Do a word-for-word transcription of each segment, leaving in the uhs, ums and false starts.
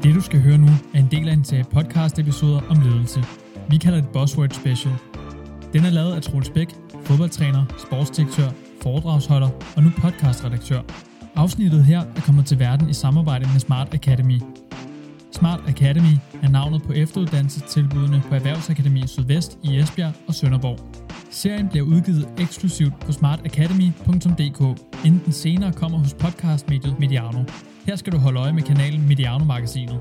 Det du skal høre nu er en del af en serie podcast episoder om ledelse. Vi kalder det Buzzword Special. Den er lavet af Troels Bæk, fodboldtræner, sportsdirektør, foredragsholder og nu podcastredaktør. Afsnittet her er kommet til verden i samarbejde med Smart Academy. Smart Academy er navnet på efteruddannelsestilbudene på Erhvervsakademi Sydvest i Esbjerg og Sønderborg. Serien bliver udgivet eksklusivt på smart academy punktum d k, inden den senere kommer hos podcastmediet Mediano. Her skal du holde øje med kanalen Mediano-magasinet.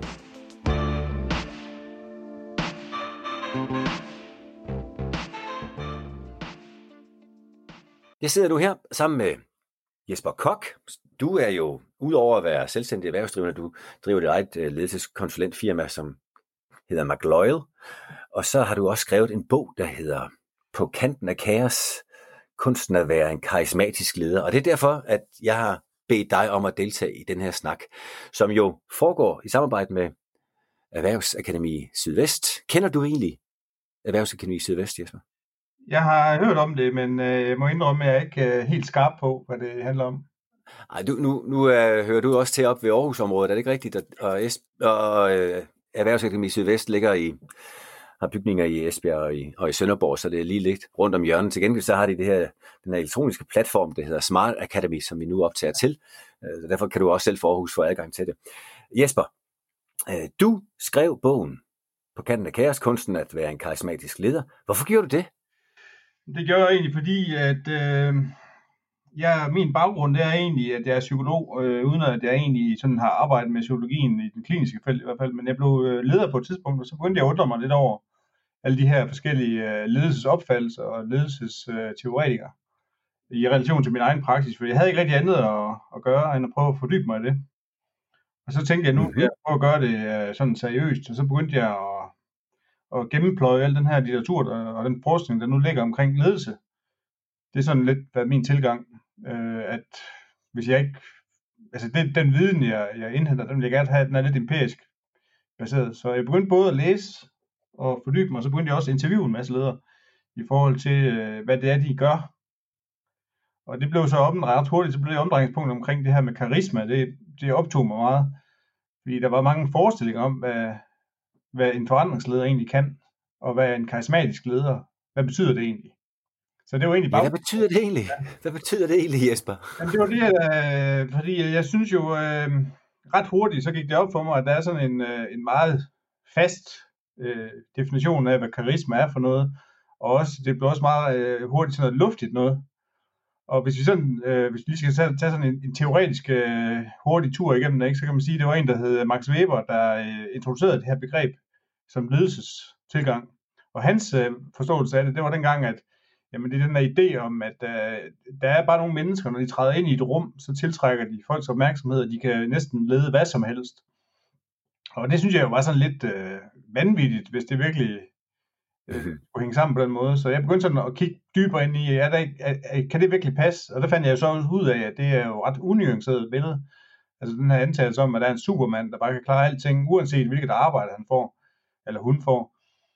Jeg sidder nu her sammen med Jesper Koch. Du er jo, udover at være selvstændig erhvervsdrivende, du driver dit eget ledelseskonsulentfirma, som hedder McLoyal. Og så har du også skrevet en bog, der hedder På kanten af kaos, kunsten at være en karismatisk leder. Og det er derfor, at jeg har bedt dig om at deltage i den her snak, som jo foregår i samarbejde med Erhvervsakademi Sydvest. Kender du egentlig Erhvervsakademi Sydvest, Jesper? Jeg har hørt om det, men øh, jeg må indrømme, at jeg ikke er helt skarp på, hvad det handler om. Ej, du, nu nu øh, hører du også til op ved Aarhus-området, er det ikke rigtigt? Og, og, og øh, Erhvervsakademi Sydvest ligger i, har bygninger i Esbjerg og i, og i Sønderborg, så det er lige lidt rundt om hjørnet. Til gengæld så har de det her, den her elektroniske platform, det hedder Smart Academy, som vi nu optager til. Så derfor kan du også selv for Aarhus få adgang til det. Jesper, øh, du skrev bogen På kanten af kaos, kunsten at være en karismatisk leder. Hvorfor gjorde du det? Det gjorde jeg egentlig, fordi at øh, jeg, min baggrund det er egentlig, at jeg er psykolog, øh, uden at jeg egentlig sådan har arbejdet med psykologien i den kliniske felt i hvert fald, men jeg blev øh, leder på et tidspunkt, og så begyndte jeg at undre mig lidt over alle de her forskellige øh, ledelsesopfattelser og ledelsesteoretikere i relation til min egen praksis, for jeg havde ikke rigtig andet at, at gøre, end at prøve at fordybe mig i det. Og så tænkte jeg, nu kan jeg prøve at gøre det øh, sådan seriøst, og så begyndte jeg at og gennempløje al den her litteratur og den forskning, der nu ligger omkring ledelse. Det er sådan lidt været min tilgang, øh, at hvis jeg ikke, altså det, den viden, jeg, jeg indhenter, den vil jeg gerne have, den er lidt empirisk baseret. Så jeg begyndte både at læse og fordybe mig, og så begyndte jeg også at interviewe en masse ledere i forhold til, øh, hvad det er, de gør. Og det blev så åbent ret hurtigt, så blev det omdrejningspunkt omkring det her med karisma. Det, det optog mig meget, fordi der var mange forestillinger om, hvad hvad en forandringsleder egentlig kan, og hvad en karismatisk leder, hvad betyder det egentlig? Så det var egentlig bare... Ja, hvad betyder det egentlig? Hvad betyder det egentlig, Jesper? Jamen, det var det, øh, fordi jeg synes jo, øh, ret hurtigt, så gik det op for mig, at der er sådan en, øh, en meget fast øh, definition af, hvad karisma er for noget, og også, det blev også meget øh, hurtigt sådan noget luftigt noget. Og hvis vi sådan, øh, hvis vi lige skal tage, tage sådan en, en teoretisk øh, hurtig tur igennem det, ikke, så kan man sige, at det var en, der hed Max Weber, der øh, introducerede det her begreb som ledelsestilgang. Og hans øh, forståelse af det, det var dengang, at jamen, det er den her idé om, at øh, der er bare nogle mennesker, når de træder ind i et rum, så tiltrækker de folks opmærksomhed, og de kan næsten lede hvad som helst. Og det synes jeg jo var sådan lidt øh, vanvittigt, hvis det virkelig øh, kunne hænge sammen på den måde. Så jeg begyndte sådan at kigge dybere ind i, er der, er, er, kan det virkelig passe? Og der fandt jeg jo så ud af, at det er jo ret unuanceret billede. Altså den her antagelse om, at der er en supermand, der bare kan klare alting, uanset hvilket arbejde han får, eller hun får.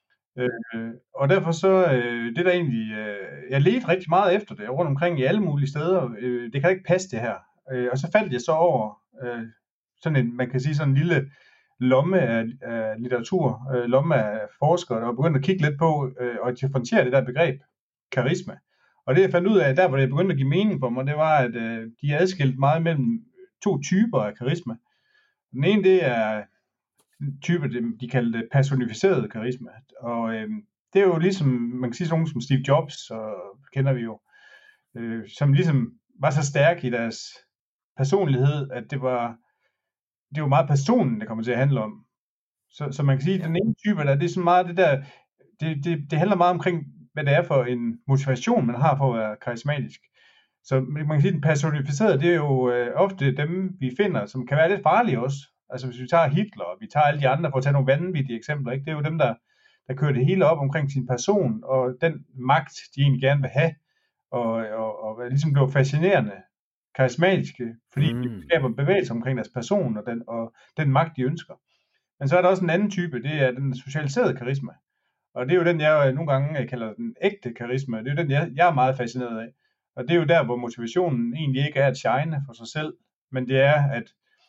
Øh, og derfor så, øh, det der egentlig, øh, jeg ledte rigtig meget efter det, rundt omkring i alle mulige steder. Øh, det kan ikke passe det her. Øh, og så faldt jeg så over øh, sådan en, man kan sige sådan en lille lomme af, af litteratur, øh, lomme af forskere, der begyndte at kigge lidt på øh, og differentiere det der begreb, karisma. Og det jeg fandt ud af, der hvor det begyndte at give mening for mig, det var, at øh, de er adskilt meget mellem to typer af karisma. Den ene, det er type, de kalder det personificeret karisma. Og øh, det er jo ligesom, man kan sige sådan nogen som Steve Jobs, og kender vi jo, øh, som ligesom var så stærke i deres personlighed, at det var det var meget personen, det kommer til at handle om. Så, så man kan sige, at den ene type, der, det er sådan meget det der, det, det, det handler meget omkring, hvad det er for en motivation, man har for at være karismatisk. Så man kan sige, at den personificerede, det er jo øh, ofte dem, vi finder, som kan være lidt farlige også. Altså hvis vi tager Hitler, og vi tager alle de andre, for at tage nogle vanvittige eksempler, ikke? Det er jo dem, der, der kører det hele op omkring sin person, og den magt, de egentlig gerne vil have, og, og, og ligesom bliver fascinerende, karismatiske, fordi mm. de skaber bevægelse omkring deres person, og den, og den magt, de ønsker. Men så er der også en anden type, det er den socialiserede karisma. Og det er jo den, jeg nogle gange kalder den ægte karisma. Det er jo den, jeg, jeg er meget fascineret af. Og det er jo der, hvor motivationen egentlig ikke er at shine for sig selv, men det er at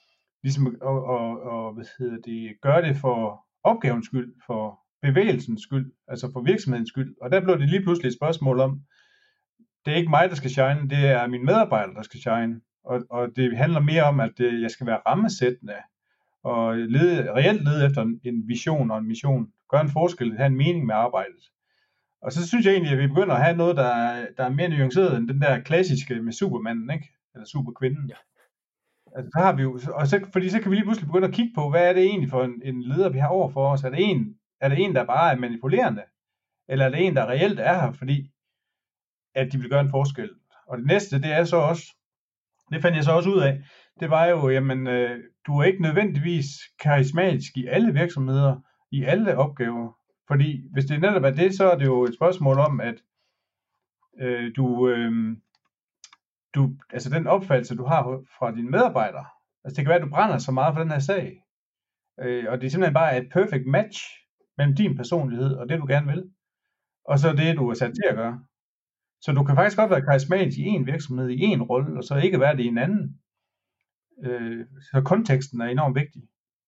ligesom at, og, og, hvad hedder det, gøre det for opgavens skyld, for bevægelsens skyld, altså for virksomhedens skyld. Og der blev det lige pludselig et spørgsmål om, det er ikke mig, der skal shine, det er mine medarbejdere, der skal shine. Og, og det handler mere om, at det, jeg skal være rammesættende, og lede, reelt lede efter en, en vision og en mission. Gøre en forskel, have en mening med arbejdet. Og så synes jeg egentlig, at vi begynder at have noget, der er, der er mere nuanceret end den der klassiske med supermanden, ikke? Eller superkvinden. Ja. Altså, der har vi jo, og så, fordi så kan vi lige pludselig begynde at kigge på, hvad er det egentlig for en, en leder, vi har over for os? Er det, en, er det en, der bare er manipulerende? Eller er det en, der reelt er her, fordi at de vil gøre en forskel? Og det næste, det er så også, det fandt jeg så også ud af, det var jo, jamen, øh, du er ikke nødvendigvis karismatisk i alle virksomheder, i alle opgaver. Fordi hvis det netop er det, så er det jo et spørgsmål om, at øh, du, øh, du, altså den opfattelse, du har fra dine medarbejdere, altså det kan være, at du brænder så meget for den her sag, øh, og det er simpelthen bare et perfect match mellem din personlighed og det, du gerne vil, og så det, du er sat til at gøre. Så du kan faktisk godt være karismatisk i en virksomhed, i en rolle, og så ikke være det i en anden. Øh, så konteksten er enormt vigtig.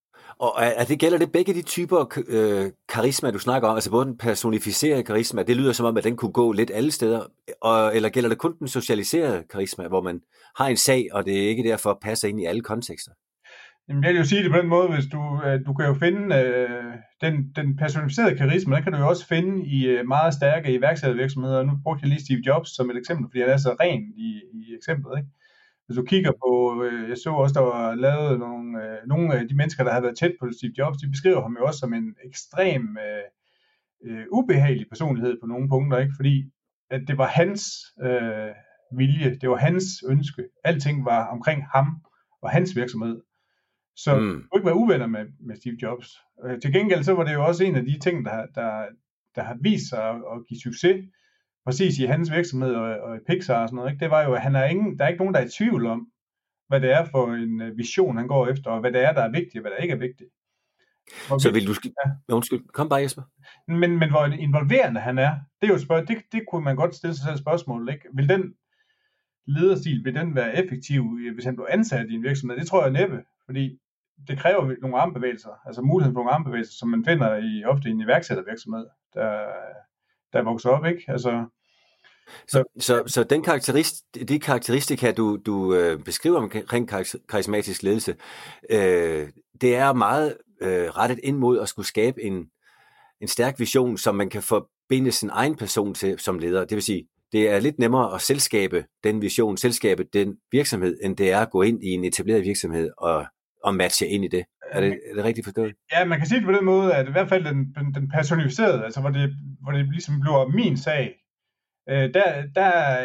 Og er det, gælder det begge de typer øh, karisma, du snakker om, altså både den personificerede karisma, det lyder som om, at den kunne gå lidt alle steder, og, eller gælder det kun den socialiserede karisma, hvor man har en sag, og det ikke derfor passer ind i alle kontekster? Jamen, jeg vil jo sige det på den måde, hvis du, øh, du kan jo finde øh, den, den personificerede karisma, den kan du jo også finde i øh, meget stærke iværksættervirksomheder. Nu brugte jeg lige Steve Jobs som et eksempel, fordi han er så ren i, i eksemplet, ikke? Hvis du kigger på, øh, jeg så også, der var lavet nogle, øh, nogle af de mennesker, der har været tæt på Steve Jobs, de beskriver ham jo også som en ekstrem øh, øh, ubehagelig personlighed på nogle punkter, ikke? Fordi at det var hans øh, vilje, det var hans ønske, alting var omkring ham og hans virksomhed. Så mm. du kunne ikke være uvenner med, med Steve Jobs. Øh, til gengæld så var det jo også en af de ting, der, der, der har vist sig at, at give succes, præcis i hans virksomhed og, og i Pixar og sådan noget, ikke? Det var jo, at han er ingen, der er ikke nogen, der er i tvivl om, hvad det er for en vision, han går efter, og hvad det er, der er vigtigt, og hvad der ikke er vigtigt. Hvor så vil du... Ja. Undskyld, kom bare, Jesper. Men, men hvor involverende han er, det er jo spørg- det, det kunne man godt stille sig selv spørgsmål, ikke? Vil den lederstil, vil den være effektiv, hvis han blev ansat i en virksomhed? Det tror jeg næppe, fordi det kræver nogle armbevægelser, altså muligheden for nogle armbevægelser, som man finder i, ofte i en iværksættervirksomhed, der, der vokser op, ikke? Altså... Så, så, så den karakterist, de karakteristika, du, du øh, beskriver omkring karismatisk ledelse, øh, det er meget øh, rettet ind mod at skulle skabe en, en stærk vision, som man kan forbinde sin egen person til som leder. Det vil sige, det er lidt nemmere at selskabe den vision, selskabe den virksomhed, end det er at gå ind i en etableret virksomhed og, og matche ind i det. Er det, er det rigtigt forstået? Ja, man kan sige det på den måde, at i hvert fald den, den personificerede, altså hvor det, hvor det ligesom bliver min sag, Øh, der, der,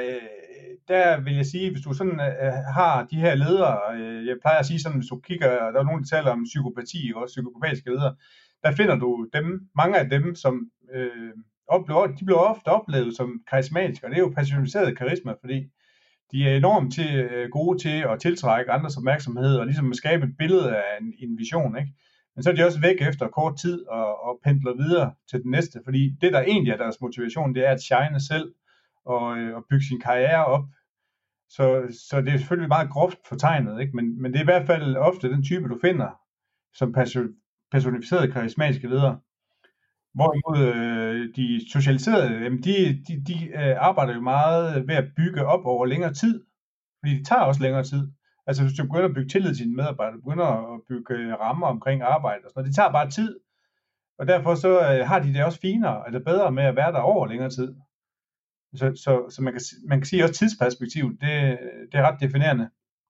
der vil jeg sige, hvis du sådan øh, har de her ledere, øh, jeg plejer at sige sådan, hvis du kigger, der er nogen, der taler om psykopati, og psykopatiske ledere, der finder du dem, mange af dem, som øh, oplever, de bliver ofte oplevet som karismatiske, og det er jo personificeret karisma, fordi de er enormt til, øh, gode til at tiltrække andres opmærksomhed, og ligesom at skabe et billede af en, en vision, ikke? Men så er de også væk efter kort tid, og, og pendler videre til den næste, fordi det, der egentlig er deres motivation, det er at shine selv, Og, og bygge sin karriere op. Så, så det er selvfølgelig meget groft fortegnet, ikke? Men, men det er i hvert fald ofte den type, du finder som personificerede karismatiske ledere. Hvorimod øh, de socialiserede, jamen de, de, de øh, arbejder jo meget ved at bygge op over længere tid, fordi det tager også længere tid. Altså hvis du begynder at bygge tillid til dine medarbejdere, du begynder at bygge rammer omkring arbejde og sådan noget, det tager bare tid. Og derfor så øh, har de det også finere, eller bedre med at være der over længere tid. Så, så, så man, kan, man kan sige også tidsperspektiv, det, det er ret definerende.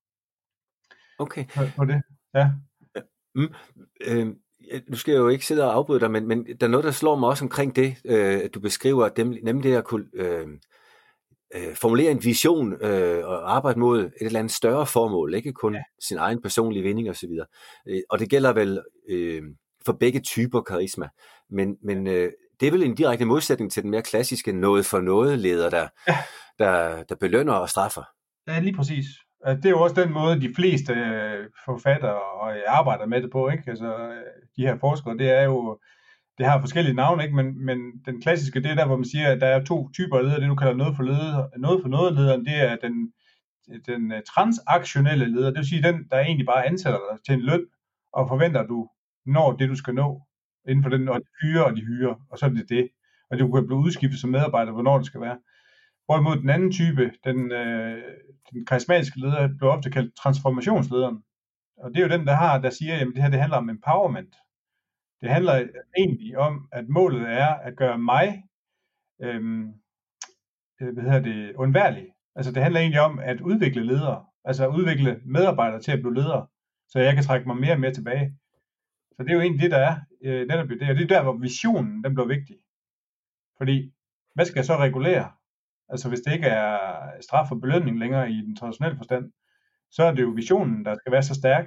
Okay. På det, ja. Mm, øh, nu skal jeg jo ikke sidde og afbryde dig, men, men der er noget, der slår mig også omkring det, øh, at du beskriver, dem, nemlig det at kunne øh, øh, formulere en vision øh, og arbejde mod et eller andet større formål, ikke kun ja. sin egen personlige vinding osv. Øh, og det gælder vel øh, for begge typer karisma, men, men øh, det er vel en direkte modsætning til den mere klassiske noget for noget leder, der, ja. der, der belønner og straffer. Ja, lige præcis. Det er jo også den måde, de fleste forfattere og arbejder med det på, ikke? Altså, de her forskere, det er jo, det har forskellige navne, ikke? Men, men den klassiske, det er der, hvor man siger, at der er to typer af ledere. Det du kalder noget for, leder, noget for noget lederen, det er den, den transaktionelle leder, det vil sige den, der egentlig bare ansætter dig til en løn, og forventer, at du når det, du skal nå, inden for den, og de fyrer, og de hyrer, og så er det det. Og du kan blive udskiftet som medarbejder, hvornår det skal være. Hvorimod den anden type, den, øh, den karismatiske leder, bliver ofte kaldt transformationslederen. Og det er jo den, der har, der siger, at det her det handler om empowerment. Det handler egentlig om, at målet er at gøre mig øhm, hvad hedder det, undværlig. Altså det handler egentlig om at udvikle ledere, altså at udvikle medarbejdere til at blive ledere, så jeg kan trække mig mere og mere tilbage. Så det er jo egentlig det, der er øh, netop det. Og det er der, hvor visionen den bliver vigtig. Fordi, hvad skal jeg så regulere? Altså hvis det ikke er straf og belønning længere i den traditionelle forstand, så er det jo visionen, der skal være så stærk,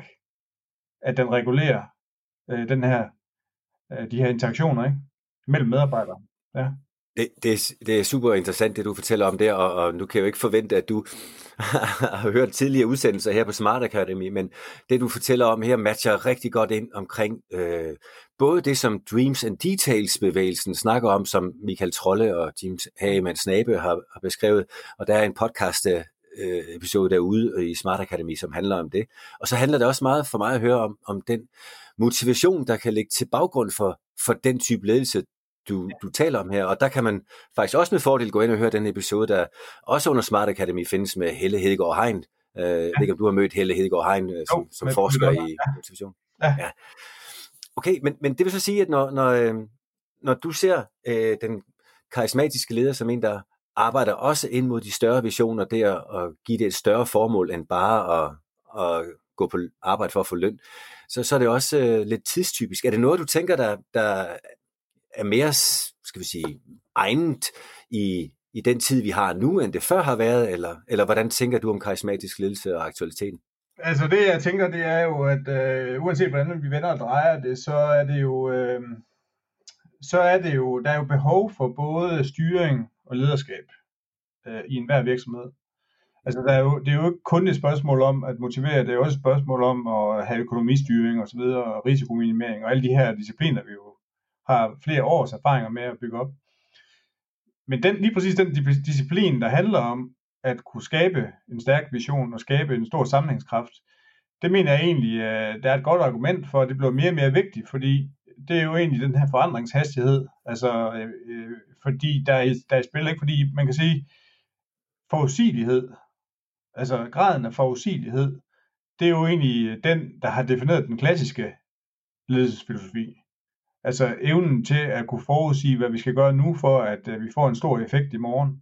at den regulerer øh, den her, øh, de her interaktioner, ikke? Mellem medarbejdere. Ja. Det, det, er, det er super interessant, det du fortæller om der, og, og nu kan jeg jo ikke forvente, at du har hørt tidligere udsendelser her på Smart Academy, men det du fortæller om her matcher rigtig godt ind omkring øh, både det, som Dreams and Details-bevægelsen snakker om, som Michael Trolle og James Hagemann Snabe har, har beskrevet, og der er en podcast øh, episode derude i Smart Academy, som handler om det. Og så handler det også meget for mig at høre om, om den motivation, der kan ligge til baggrund for, for den type ledelse, Du, du taler om her, og der kan man faktisk også med fordel gå ind og høre den episode, der også under Smart Academy findes med Helle Hedegaard Hein. Uh, ja. Jeg ved ikke, om du har mødt Helle Hedegaard Hein, uh, som, som forsker i motivation. Ja. Ja. Okay, men, men det vil så sige, at når, når, når du ser uh, den karismatiske leder som en, der arbejder også ind mod de større visioner, der og give det et større formål, end bare at, at gå på arbejde for at få løn, så, så er det også uh, lidt tidstypisk. Er det noget, du tænker, der... der er mere, skal vi sige, egnet i, i den tid, vi har nu, end det før har været, eller, eller hvordan tænker du om karismatisk ledelse og aktualiteten? Altså det, jeg tænker, det er jo, at øh, uanset hvordan vi vender og drejer det, så er det jo, øh, så er det jo, der er jo behov for både styring og lederskab øh, i enhver virksomhed. Altså der er jo, det er jo ikke kun et spørgsmål om at motivere, det er jo også et spørgsmål om at have økonomistyring og så videre, og risikominimering og alle de her discipliner, vi jo har flere års erfaringer med at bygge op. Men den, lige præcis den disciplin, der handler om at kunne skabe en stærk vision og skabe en stor sammenhængskraft, det mener jeg egentlig, at der er et godt argument for, at det bliver mere og mere vigtigt, fordi det er jo egentlig den her forandringshastighed, altså øh, fordi der er, der er spil, ikke? Fordi man kan sige, forudsigelighed, altså graden af forudsigelighed, det er jo egentlig den, der har defineret den klassiske ledelsesfilosofi. Altså evnen til at kunne forudsige, hvad vi skal gøre nu, for at uh, vi får en stor effekt i morgen.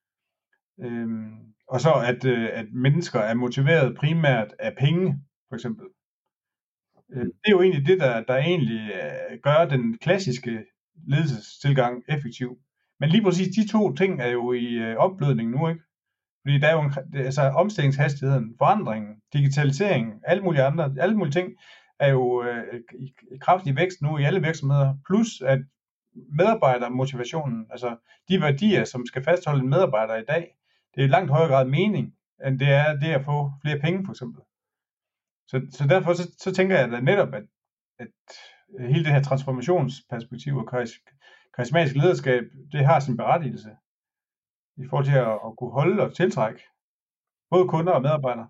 Øhm, og så at, uh, at mennesker er motiveret primært af penge, for eksempel. Øh, det er jo egentlig det, der, der egentlig uh, gør den klassiske ledelsestilgang effektiv. Men lige præcis de to ting er jo i uh, opblødning nu, ikke? Fordi der er jo en, altså omstillingshastigheden, forandringen, digitaliseringen, alle mulige andre, alle mulige ting, er jo øh, i, i kraftig vækst nu i alle virksomheder, plus at medarbejdermotivationen, altså de værdier, som skal fastholde en medarbejder i dag, det er i langt højere grad mening, end det er det at få flere penge, for eksempel. Så, så derfor så, så tænker jeg da netop, at, at hele det her transformationsperspektiv og karismatisk lederskab, det har sin berettigelse i forhold til at, at kunne holde og tiltrække både kunder og medarbejdere.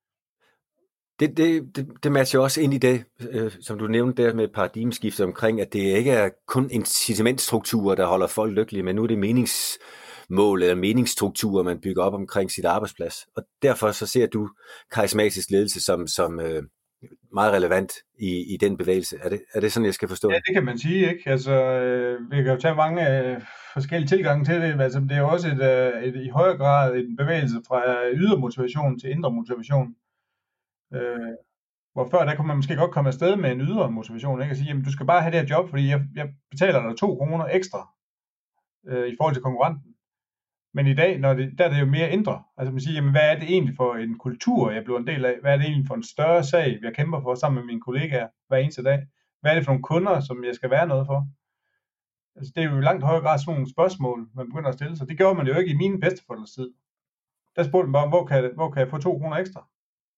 Det, det, det, det matcher også ind i det, øh, som du nævnte der med paradigmeskiftet omkring, at det ikke er kun incitamentstrukturer, der holder folk lykkelige, men nu er det meningsmål eller meningsstrukturer, man bygger op omkring sit arbejdsplads. Og derfor så ser du karismatisk ledelse som, som øh, meget relevant i, i den bevægelse. Er det, er det sådan, jeg skal forstå? Ja, det kan man sige, ikke? Altså, øh, vi kan jo tage mange øh, forskellige tilgange til det. Altså, det er jo også et, øh, et, i højere grad en bevægelse fra ydre motivation til indre motivation. Øh, hvor før der kunne man måske godt komme afsted med en ydre motivation, ikke? At sige, jamen du skal bare have det her job, fordi jeg, jeg betaler dig to kroner ekstra øh, i forhold til konkurrenten. Men i dag, når det, der er det jo mere indre. Altså man siger, jamen hvad er det egentlig for en kultur, jeg bliver en del af? Hvad er det egentlig for en større sag, jeg kæmper for sammen med mine kollegaer hver eneste dag? Hvad er det for nogle kunder, som jeg skal være noget for? Altså det er jo i langt højere grad sådan nogle spørgsmål, man begynder at stille sig. Det gjorde man jo ikke i mine bedsteforældres tid. Der spurgte man bare, hvor kan, hvor kan jeg få to kroner ekstra?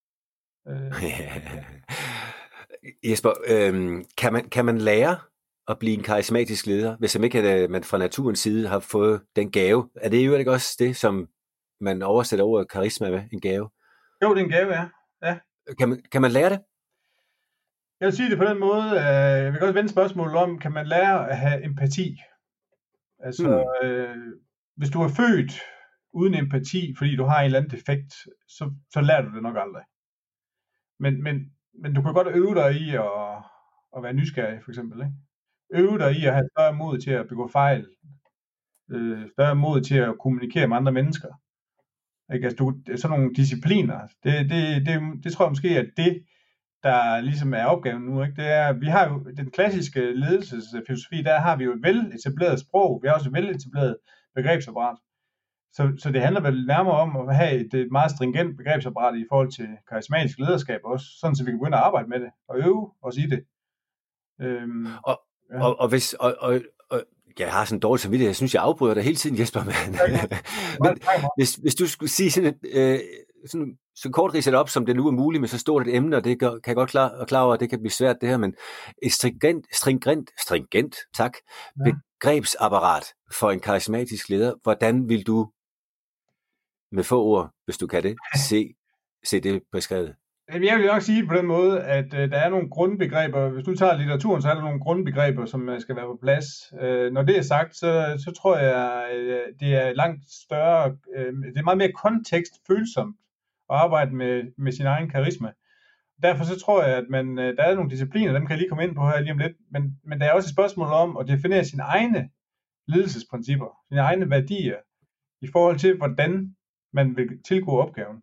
Jesper, øh, kan, man, kan man lære at blive en karismatisk leder, hvis man ikke man fra naturens side har fået den gave? Er det jo ikke også det, som man oversætter ordet karisma med, en gave? Jo, det er en gave, ja. ja. Kan man, kan man lære det? Jeg vil sige det på den måde, øh, jeg vil godt vende spørgsmålet om, kan man lære at have empati? Altså, hmm. øh, hvis du er født uden empati, fordi du har en eller anden defekt, så, så lærer du det nok aldrig. Men, men, men du kan godt øve dig i at, at være nysgerrig, for eksempel. Ikke? Øve dig i at have større mod til at begå fejl. Øh, større mod til at kommunikere med andre mennesker. Ikke? Altså, du, sådan nogle discipliner, det, det, det, det tror jeg måske er det, der ligesom er opgaven nu. Ikke? Det er, vi har jo den klassiske ledelsesfilosofi, der har vi jo et veletableret sprog, vi har også et veletableret begrebsapparat. Så, så det handler vel nærmere om at have et, et meget stringent begrebsapparat i forhold til karismatisk lederskab også, sådan så vi kan begynde at arbejde med det og øve os i det. Øhm, og, ja. og, og hvis og, og, og jeg har sådan en dårlig samvittighed, jeg synes jeg afbryder dig hele tiden, Jesper, men, men hvis, hvis du skulle sige sådan et øh, sådan, så kort ridset op, som det nu er muligt med så stort et emne, og det kan jeg godt klar, klar over, at det kan blive svært det her, men et stringent, stringent, stringent tak, ja. begrebsapparat for en karismatisk leder, hvordan vil du med få ord, hvis du kan det, se, se det beskrevet? Jeg vil nok sige på den måde, at øh, der er nogle grundbegreber. Hvis du tager litteraturen, så er der nogle grundbegreber, som øh, skal være på plads. Øh, når det er sagt, så, så tror jeg, øh, det er langt større, øh, det er meget mere kontekstfølsomt at arbejde med, med sin egen karisma. Derfor så tror jeg, at man, øh, der er nogle discipliner, dem kan jeg lige komme ind på her lige om lidt, men, men der er også et spørgsmål om at definere sine egne ledelsesprincipper, sine egne værdier, i forhold til, hvordan man vil tilgå opgaven.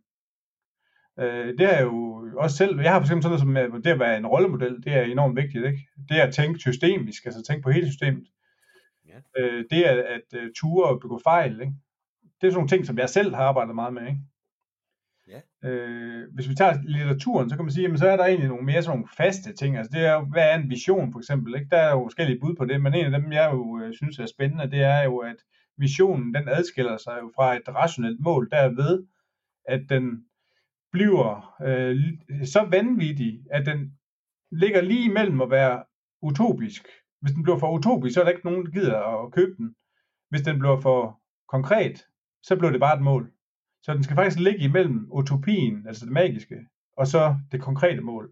Det er jo også selv, jeg har for eksempel sådan noget som det at være en rollemodel, det er enormt vigtigt, ikke? Det at tænke systemisk, altså tænke på hele systemet. Ja. Det at, at ture og begå fejl, ikke? Det er sådan nogle ting, som jeg selv har arbejdet meget med, ikke? Ja. Øh, hvis vi tager litteraturen, så kan man sige, jamen, så er der egentlig nogle mere sådan nogle faste ting. Altså det er jo, hvad er en vision for eksempel, ikke? Der er jo forskellige bud på det, men en af dem, jeg jo øh, synes er spændende, det er jo, at visionen, den adskiller sig jo fra et rationelt mål, derved, at den bliver øh, så vanvittig, at den ligger lige imellem at være utopisk. Hvis den bliver for utopisk, så er der ikke nogen, der gider at købe den. Hvis den bliver for konkret, så bliver det bare et mål. Så den skal faktisk ligge imellem utopien, altså det magiske, og så det konkrete mål.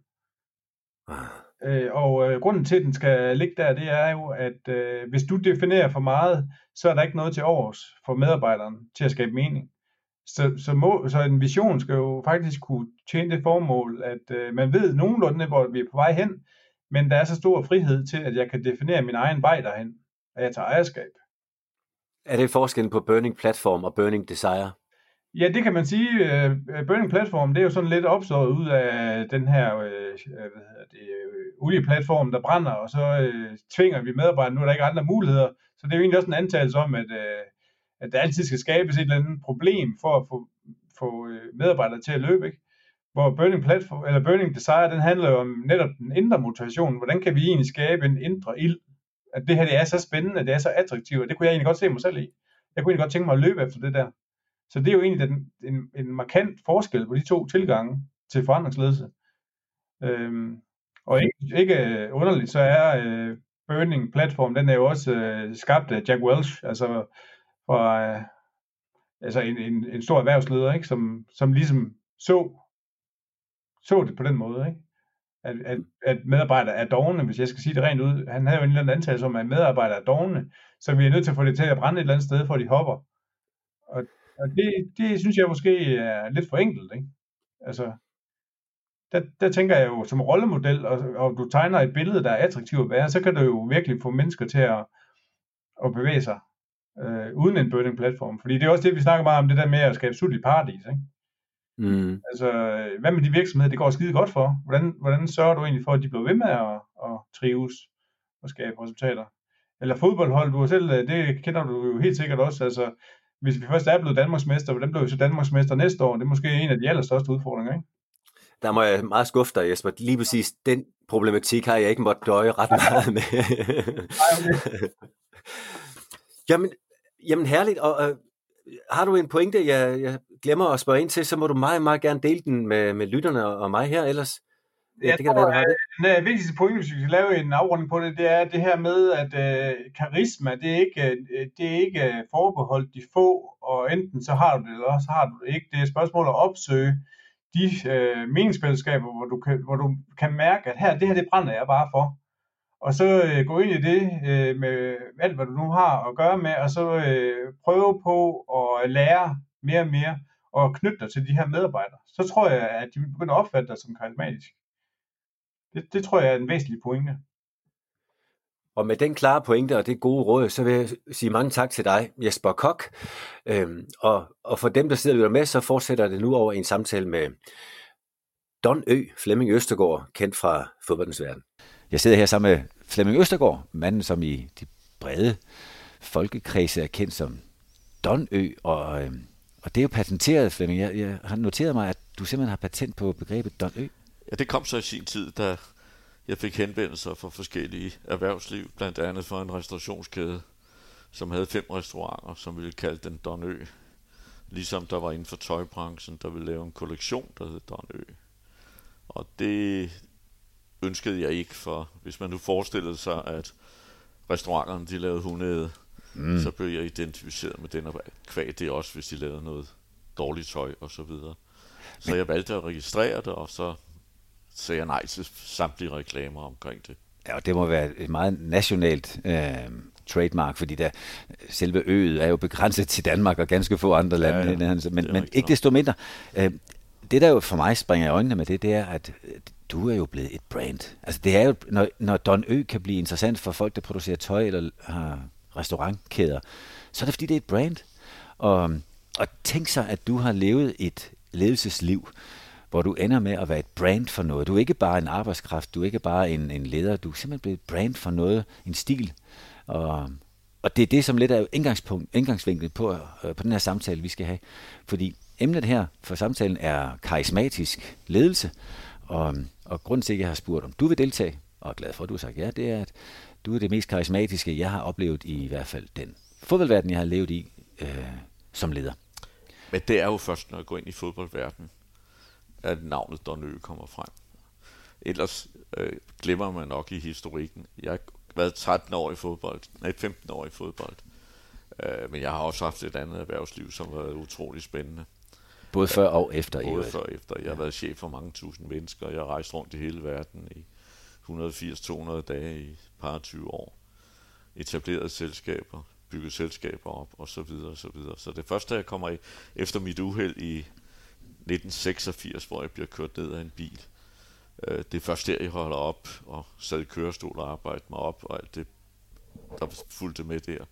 Øh, og øh, grunden til, at den skal ligge der, det er jo, at øh, hvis du definerer for meget, så er der ikke noget til overs for medarbejderen til at skabe mening. Så, så, må, så en vision skal jo faktisk kunne tjene det formål, at øh, man ved nogenlunde, hvor vi er på vej hen, men der er så stor frihed til, at jeg kan definere min egen vej derhen, og jeg tager ejerskab. Er det forskellen på Burning Platform og Burning Desire? Ja, det kan man sige. Burning Platform, det er jo sådan lidt opstået ud af den her øh, hvad hedder det, øh, olieplatform, der brænder, og så øh, tvinger vi medarbejdere, nu er der ikke andre muligheder. Så det er jo egentlig også en antagelse om, at øh, at der altid skal skabes et eller andet problem for at få, få medarbejdere til at løbe, ikke? Hvor Burning Platform, eller Burning Desire, den handler jo om netop den indre motivation. Hvordan kan vi egentlig skabe en indre ild? At det her, det er så spændende, at det er så attraktivt, og det kunne jeg egentlig godt se mig selv i. Jeg kunne egentlig godt tænke mig at løbe efter det der. Så det er jo egentlig den, en, en markant forskel på de to tilgange til forandringsledelse. Øhm, og ikke, ikke underligt, så er øh, Burning Platform, den er jo også øh, skabt af Jack Welch, altså fra øh, altså en, en, en stor erhvervsleder, ikke? Som, som ligesom så, så det på den måde, ikke? At, at, at medarbejdere er dovne, hvis jeg skal sige det rent ud. Han havde jo en eller anden antagelse om, at medarbejdere er dovne, så vi er nødt til at få det til at brænde et eller andet sted, for de hopper. Og, og det, det synes jeg måske er lidt for enkelt, ikke? Altså, der, der tænker jeg jo som rollemodel, og, og du tegner et billede, der er attraktivt at være, så kan du jo virkelig få mennesker til at, at bevæge sig. Øh, uden en burning platform, fordi det er også det, vi snakker meget om, det der med at skabe sult i paradis, ikke? Mm. Altså, hvad med de virksomheder, det går skide godt for? Hvordan, hvordan sørger du egentlig for, at de bliver ved med at, at trives og skabe resultater? Eller fodboldhold, du selv, det kender du jo helt sikkert også, altså, hvis vi først er blevet Danmarksmester, hvordan bliver vi så Danmarksmester næste år? Det er måske en af de allerstørste udfordringer, ikke? Der må jeg meget skuffe dig, Jesper. Lige præcis den problematik har jeg ikke måttet døje ret meget med. Jamen, Jamen herligt, og øh, har du en pointe, jeg, jeg glemmer at spørge ind til, så må du meget, meget gerne dele den med, med lytterne og mig her ellers. Ja, det kan tror, være, du har det. Den vigtigste point, hvis vi skal lave en afrunding på det, det er det her med, at øh, karisma, det er, ikke, øh, det er ikke forbeholdt de få, og enten så har du det, eller så har du det ikke. Det er et spørgsmål at opsøge de øh, meningsfællesskaber, hvor du, kan, hvor du kan mærke, at her, det her, det brænder jeg bare for. Og så øh, gå ind i det øh, med alt, hvad du nu har at gøre med, og så øh, prøve på at lære mere og mere, og knytte dig til de her medarbejdere. Så tror jeg, at de begynder at opfatte dig som karismatisk. Det, det tror jeg er en væsentlig pointe. Og med den klare pointe og det gode råd, så vil jeg sige mange tak til dig, Jesper Koch. Øhm, og, og for dem, der sidder og lytter med, så fortsætter det nu over en samtale med Don Ø, Flemming Østergaard, kendt fra fodboldens verden. Jeg sidder her sammen med Flemming Østergaard, manden som i de brede folkekredse er kendt som Don Ø, og, øhm, og det er jo patenteret, Flemming. Jeg, jeg har noteret mig, at du simpelthen har patent på begrebet Don Ø. Ja, det kom så i sin tid, da jeg fik henvendelser fra forskellige erhvervsliv, blandt andet fra en restaurationskæde, som havde fem restauranter, som ville kalde den Don Ø. Ligesom der var inden for tøjbranchen, der ville lave en kollektion, der hed Don Ø. Og det ønskede jeg ikke, for hvis man nu forestillede sig, at restauranterne de lavede hundeæde, mm. så blev jeg identificeret med den, og kvæg det også, hvis de lavede noget dårligt tøj og så videre. Så Men... jeg valgte at registrere det, og så sagde jeg nej til samtlige reklamer omkring det. Ja, og det må være et meget nationalt øh, trademark, fordi der, selve øet er jo begrænset til Danmark og ganske få andre lande. Ja, ja. Men, men ikke desto mindre. Øh, det, der jo for mig springer i øjnene med det, det er, at du er jo blevet et brand. Altså det er jo, når, når Don Ø kan blive interessant for folk, der producerer tøj eller har restaurantkæder, så er det fordi, det er et brand. Og, og tænk så, at du har levet et ledelsesliv, hvor du ender med at være et brand for noget. Du er ikke bare en arbejdskraft, du er ikke bare en, en leder, du er simpelthen blevet et brand for noget, en stil. Og, og det er det, som lidt er indgangspunkt, indgangsvinklen på, øh, på den her samtale, vi skal have. Fordi emnet her for samtalen er karismatisk ledelse, og, og grunden til, at jeg har spurgt, om du vil deltage, og er glad for, at du har sagt ja, det er, at du er det mest karismatiske, jeg har oplevet i, i hvert fald den fodboldverden, jeg har levet i øh, som leder. Men det er jo først, når jeg går ind i fodboldverdenen, at navnet Don Ø kommer frem. Ellers øh, glemmer man nok i historikken. Jeg har været tretten år i fodbold, nej femten år i fodbold, øh, men jeg har også haft et andet erhvervsliv, som har været utrolig spændende. Både før og efter? Både før og efter. Jeg har ja. været chef for mange tusind mennesker, jeg har rejst rundt i hele verden i et hundrede og firs til to hundrede dage i et par tyve år. Etableret selskaber, bygget selskaber op, og så videre, og så videre. Så det første, jeg kommer i, efter mit uheld i nitten seksogfirs, hvor jeg bliver kørt ned af en bil. Det er først der, jeg holder op og sad i kørestol og arbejdede mig op, og alt det, der fulgte med der,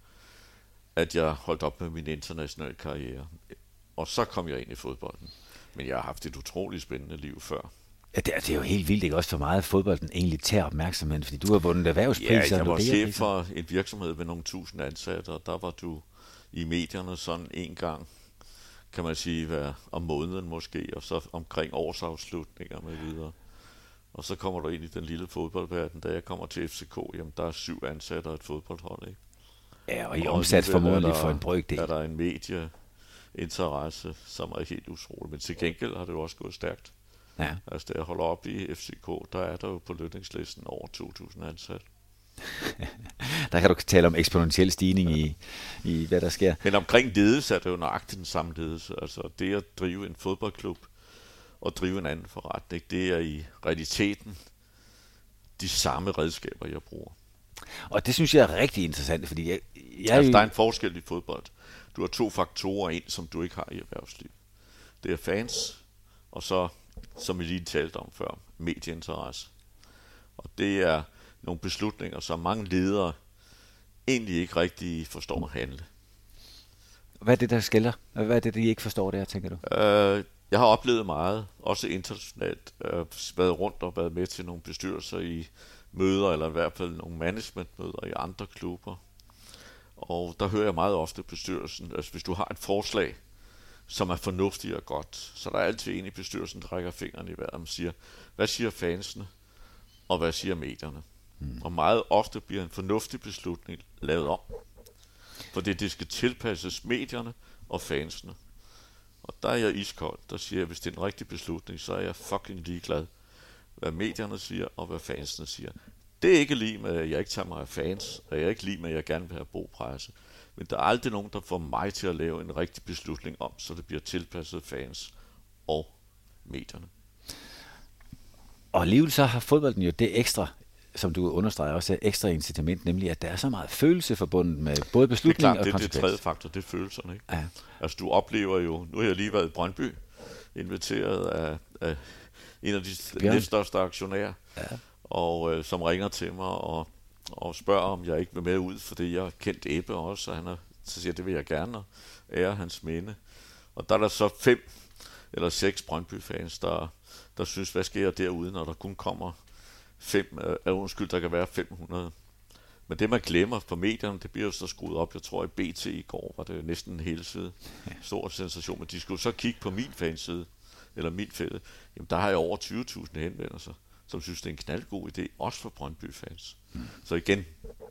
at jeg holdt op med min internationale karriere. Og så kom jeg ind i fodbolden. Men jeg har haft et utroligt spændende liv før. Ja, det er, det er jo helt vildt, ikke også for meget fodbolden egentlig tager opmærksomheden, fordi du har vundet erhvervspriser. Ja, jeg var chef for en virksomhed med nogle tusind ansatte, og der var du i medierne sådan en gang, kan man sige, hver om måneden måske, og så omkring årsafslutninger med videre. Og så kommer du ind i den lille fodboldverden, da jeg kommer til F C K, jamen der er syv ansatte og et fodboldhold, ikke? Ja, og I omsat formodentlig for en brøkdel. Er der en medieinteresse, som er helt utrolig, men til gengæld har det jo også gået stærkt. Ja. Altså da jeg holder op i F C K, der er der jo på lønningslisten over to tusind ansatte. Der kan du tale om eksponentiel stigning i, i hvad der sker. Men omkring ledelse er det jo nøjagtigt den samme ledelse. Altså det at drive en fodboldklub og drive en anden forretning, det er i realiteten de samme redskaber, jeg bruger. Og det synes jeg er rigtig interessant, fordi jeg, jeg altså, der er en forskel i fodbold. Du har to faktorer ind, som du ikke har i erhvervsliv. Det er fans, og så, som vi lige talte om før, medieinteresse. Og det er nogle beslutninger, som mange ledere egentlig ikke rigtig forstår at handle. Hvad er det, der skiller? Hvad er det, de ikke forstår der, tænker du? Øh, jeg har oplevet meget, også internationalt, øh, været rundt og været med til nogle bestyrelser i møder, eller i hvert fald nogle managementmøder i andre klubber. Og der hører jeg meget ofte bestyrelsen, altså hvis du har et forslag, som er fornuftigt og godt, så der er altid en i bestyrelsen, der rækker fingrene i vejret og siger, hvad siger fansene, og hvad siger medierne? Mm. Og meget ofte bliver en fornuftig beslutning lavet om. Fordi det skal tilpasses medierne og fansene. Og der er jeg iskold, der siger jeg, hvis det er en rigtig beslutning, så er jeg fucking ligeglad, hvad medierne siger, og hvad fansene siger. Det er ikke lige med, at jeg ikke tager mig af fans, og jeg er ikke lige med, at jeg gerne vil have boprejse. Men der er aldrig nogen, der får mig til at lave en rigtig beslutning om, så det bliver tilpasset fans og medierne. Og alligevel så har fodbolden jo det ekstra, som du understreger også, er ekstra incitament, nemlig at der er så meget følelse forbundet med både beslutning og konsekvens. Det er klart, det er det tredje faktor, det er følelserne, ikke? Ja. Altså du oplever jo, nu har jeg lige været i Brøndby, inviteret af, af en af de næststørste aktionærer, ja. og øh, som ringer til mig og, og spørger, om jeg ikke vil med ud, fordi jeg har kendt Ebbe også, og han er, så siger det vil jeg gerne, og ære hans minde. Og der er der så fem eller seks Brøndby-fans, der, der synes, hvad sker derude, når der kun kommer fem, øh, undskyld, der kan være fem hundrede. Men det, man glemmer på medierne, det bliver jo så skruet op. Jeg tror, i B T i går var det næsten en hel side. Stor sensation. Men de skulle så kigge på min fanside, eller min fælde. Jamen, der har jeg over tyve tusind henvendelser, som synes, det er en knaldgod idé, også for Brøndby-fans. Mm. Så igen,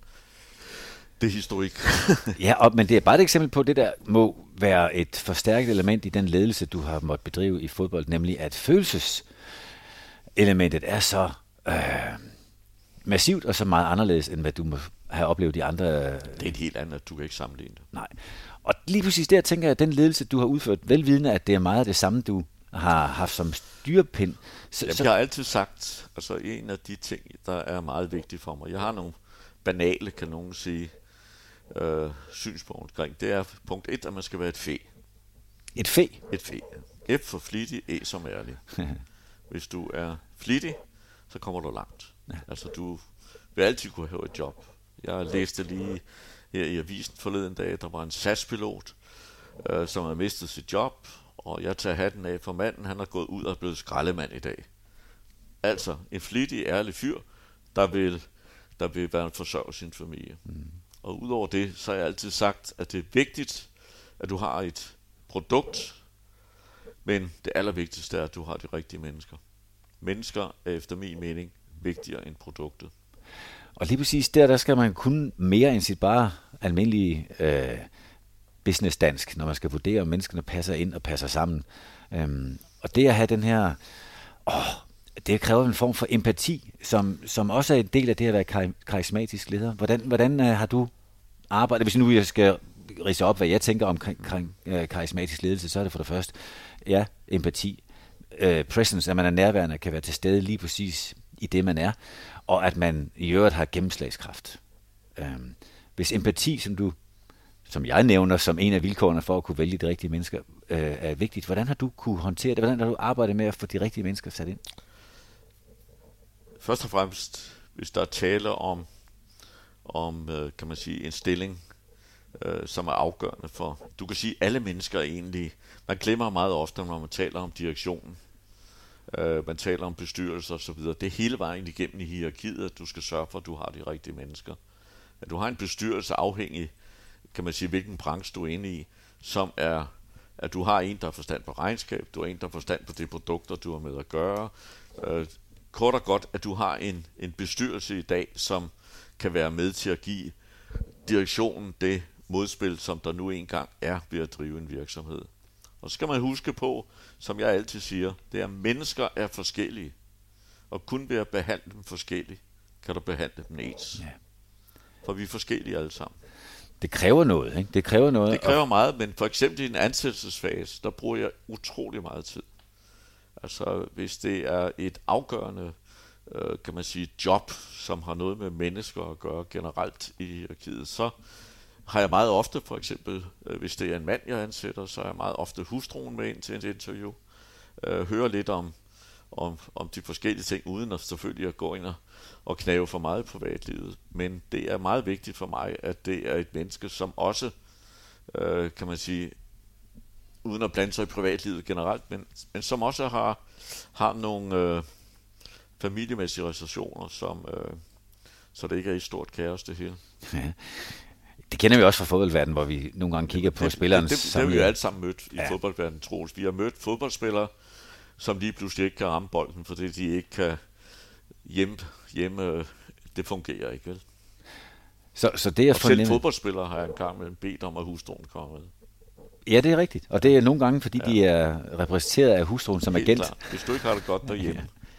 det er historik. Ja, og, men det er bare et eksempel på, at det der må være et forstærket element i den ledelse, du har måttet bedrive i fodbold, nemlig at følelseselementet er så øh, massivt og så meget anderledes, end hvad du må have oplevet de andre. Det er et helt andet, du kan ikke sammenligne det. Nej. Og lige præcis der tænker jeg, at den ledelse, du har udført, velvidende, at det er meget af det samme, du har haft som styrepind. Så, Jamen, så... Jeg har altid sagt, altså en af de ting, der er meget vigtige for mig, jeg har nogle banale, kan nogen sige, øh, synspunkt omkring, det er punkt et, at man skal være et fe. Et fe? Et fe. F for flittig, E som ærlig. Hvis du er flittig, så kommer du langt. Ja. Altså du vil altid kunne have et job. Jeg læste lige her i avisen forleden dag, der var en S A S-pilot, øh, som har mistet sit job, og jeg tager hatten af for manden, han er gået ud og er blevet skraldemand i dag. Altså en flittig, ærlig fyr, der vil, der vil være en forsørge sin familie. Mm. Og udover det, så har jeg altid sagt, at det er vigtigt, at du har et produkt, men det allervigtigste er, at du har de rigtige mennesker. Mennesker er efter min mening vigtigere end produktet. Og lige præcis der, der skal man kunne mere end sit bare almindelige øh, business-dansk, når man skal vurdere, om menneskerne passer ind og passer sammen. Øhm, og det at have den her, åh, det kræver en form for empati, som, som også er en del af det at være karismatisk leder. Hvordan, hvordan øh, har du arbejdet, hvis nu jeg skal ridse op, hvad jeg tænker omkring, omkring øh, karismatisk ledelse, så er det for det første, ja, empati, øh, presence, at man er nærværende, kan være til stede lige præcis i det, man er, og at man i øvrigt har gennemslagskraft. Øhm, hvis empati, som du, som jeg nævner, som en af vilkårene for at kunne vælge de rigtige mennesker, øh, er vigtigt, hvordan har du kunne håndtere det? Hvordan har du arbejdet med at få de rigtige mennesker sat ind? Først og fremmest, hvis der er tale om, om øh, kan man sige, en stilling, øh, som er afgørende for, du kan sige, alle mennesker er egentlig, man glemmer meget ofte, når man taler om direktionen, øh, man taler om bestyrelser osv., det er hele vejen igennem i hierarkiet, at du skal sørge for, at du har de rigtige mennesker. At du har en bestyrelse afhængig, kan man sige, hvilken branche du er inde i, som er, at du har en, der har forstand på regnskab, du har en, der har forstand på de produkter, du har med at gøre, øh, kort og godt, at du har en, en bestyrelse i dag, som kan være med til at give direktionen det modspil, som der nu engang er ved at drive en virksomhed. Og så skal man huske på, som jeg altid siger, det er, at mennesker er forskellige, og kun ved at behandle dem forskelligt, kan du behandle dem ens. Ja. For vi er forskellige alle sammen. Det kræver noget, ikke? Det kræver noget. Det kræver meget, men for eksempel i en ansættelsesfase, der bruger jeg utrolig meget tid. Altså, hvis det er et afgørende, øh, kan man sige, job, som har noget med mennesker at gøre generelt i hierarkiet, så har jeg meget ofte, for eksempel, øh, hvis det er en mand, jeg ansætter, så har jeg meget ofte hustruen med ind til et interview, øh, hører lidt om, om, om de forskellige ting, uden at selvfølgelig at gå ind og, og knæve for meget i privatlivet. Men det er meget vigtigt for mig, at det er et menneske, som også, øh, kan man sige, uden at blande sig i privatlivet generelt, men, men som også har, har nogle øh, familiemæssige restriktioner, som, øh, så det ikke er i stort kaos det hele. Ja. Det kender vi også fra fodboldverdenen, hvor vi nogle gange kigger på det, spilleren. Det, det, det, det har vi jo alle sammen mødt i ja. fodboldverdenen, Troels. Vi har mødt fodboldspillere, som lige pludselig ikke kan ramme bolden, fordi de ikke kan hjemme, hjemme det fungerer ikke, vel? Så, så det er og selv fodboldspillere har jeg engang med bedt om, at hustruen kommer med. Ja, det er rigtigt. Og det er nogle gange, fordi ja. de er repræsenteret af hustruen som Helt agent. Klar. Hvis du ikke har det godt derhjemme,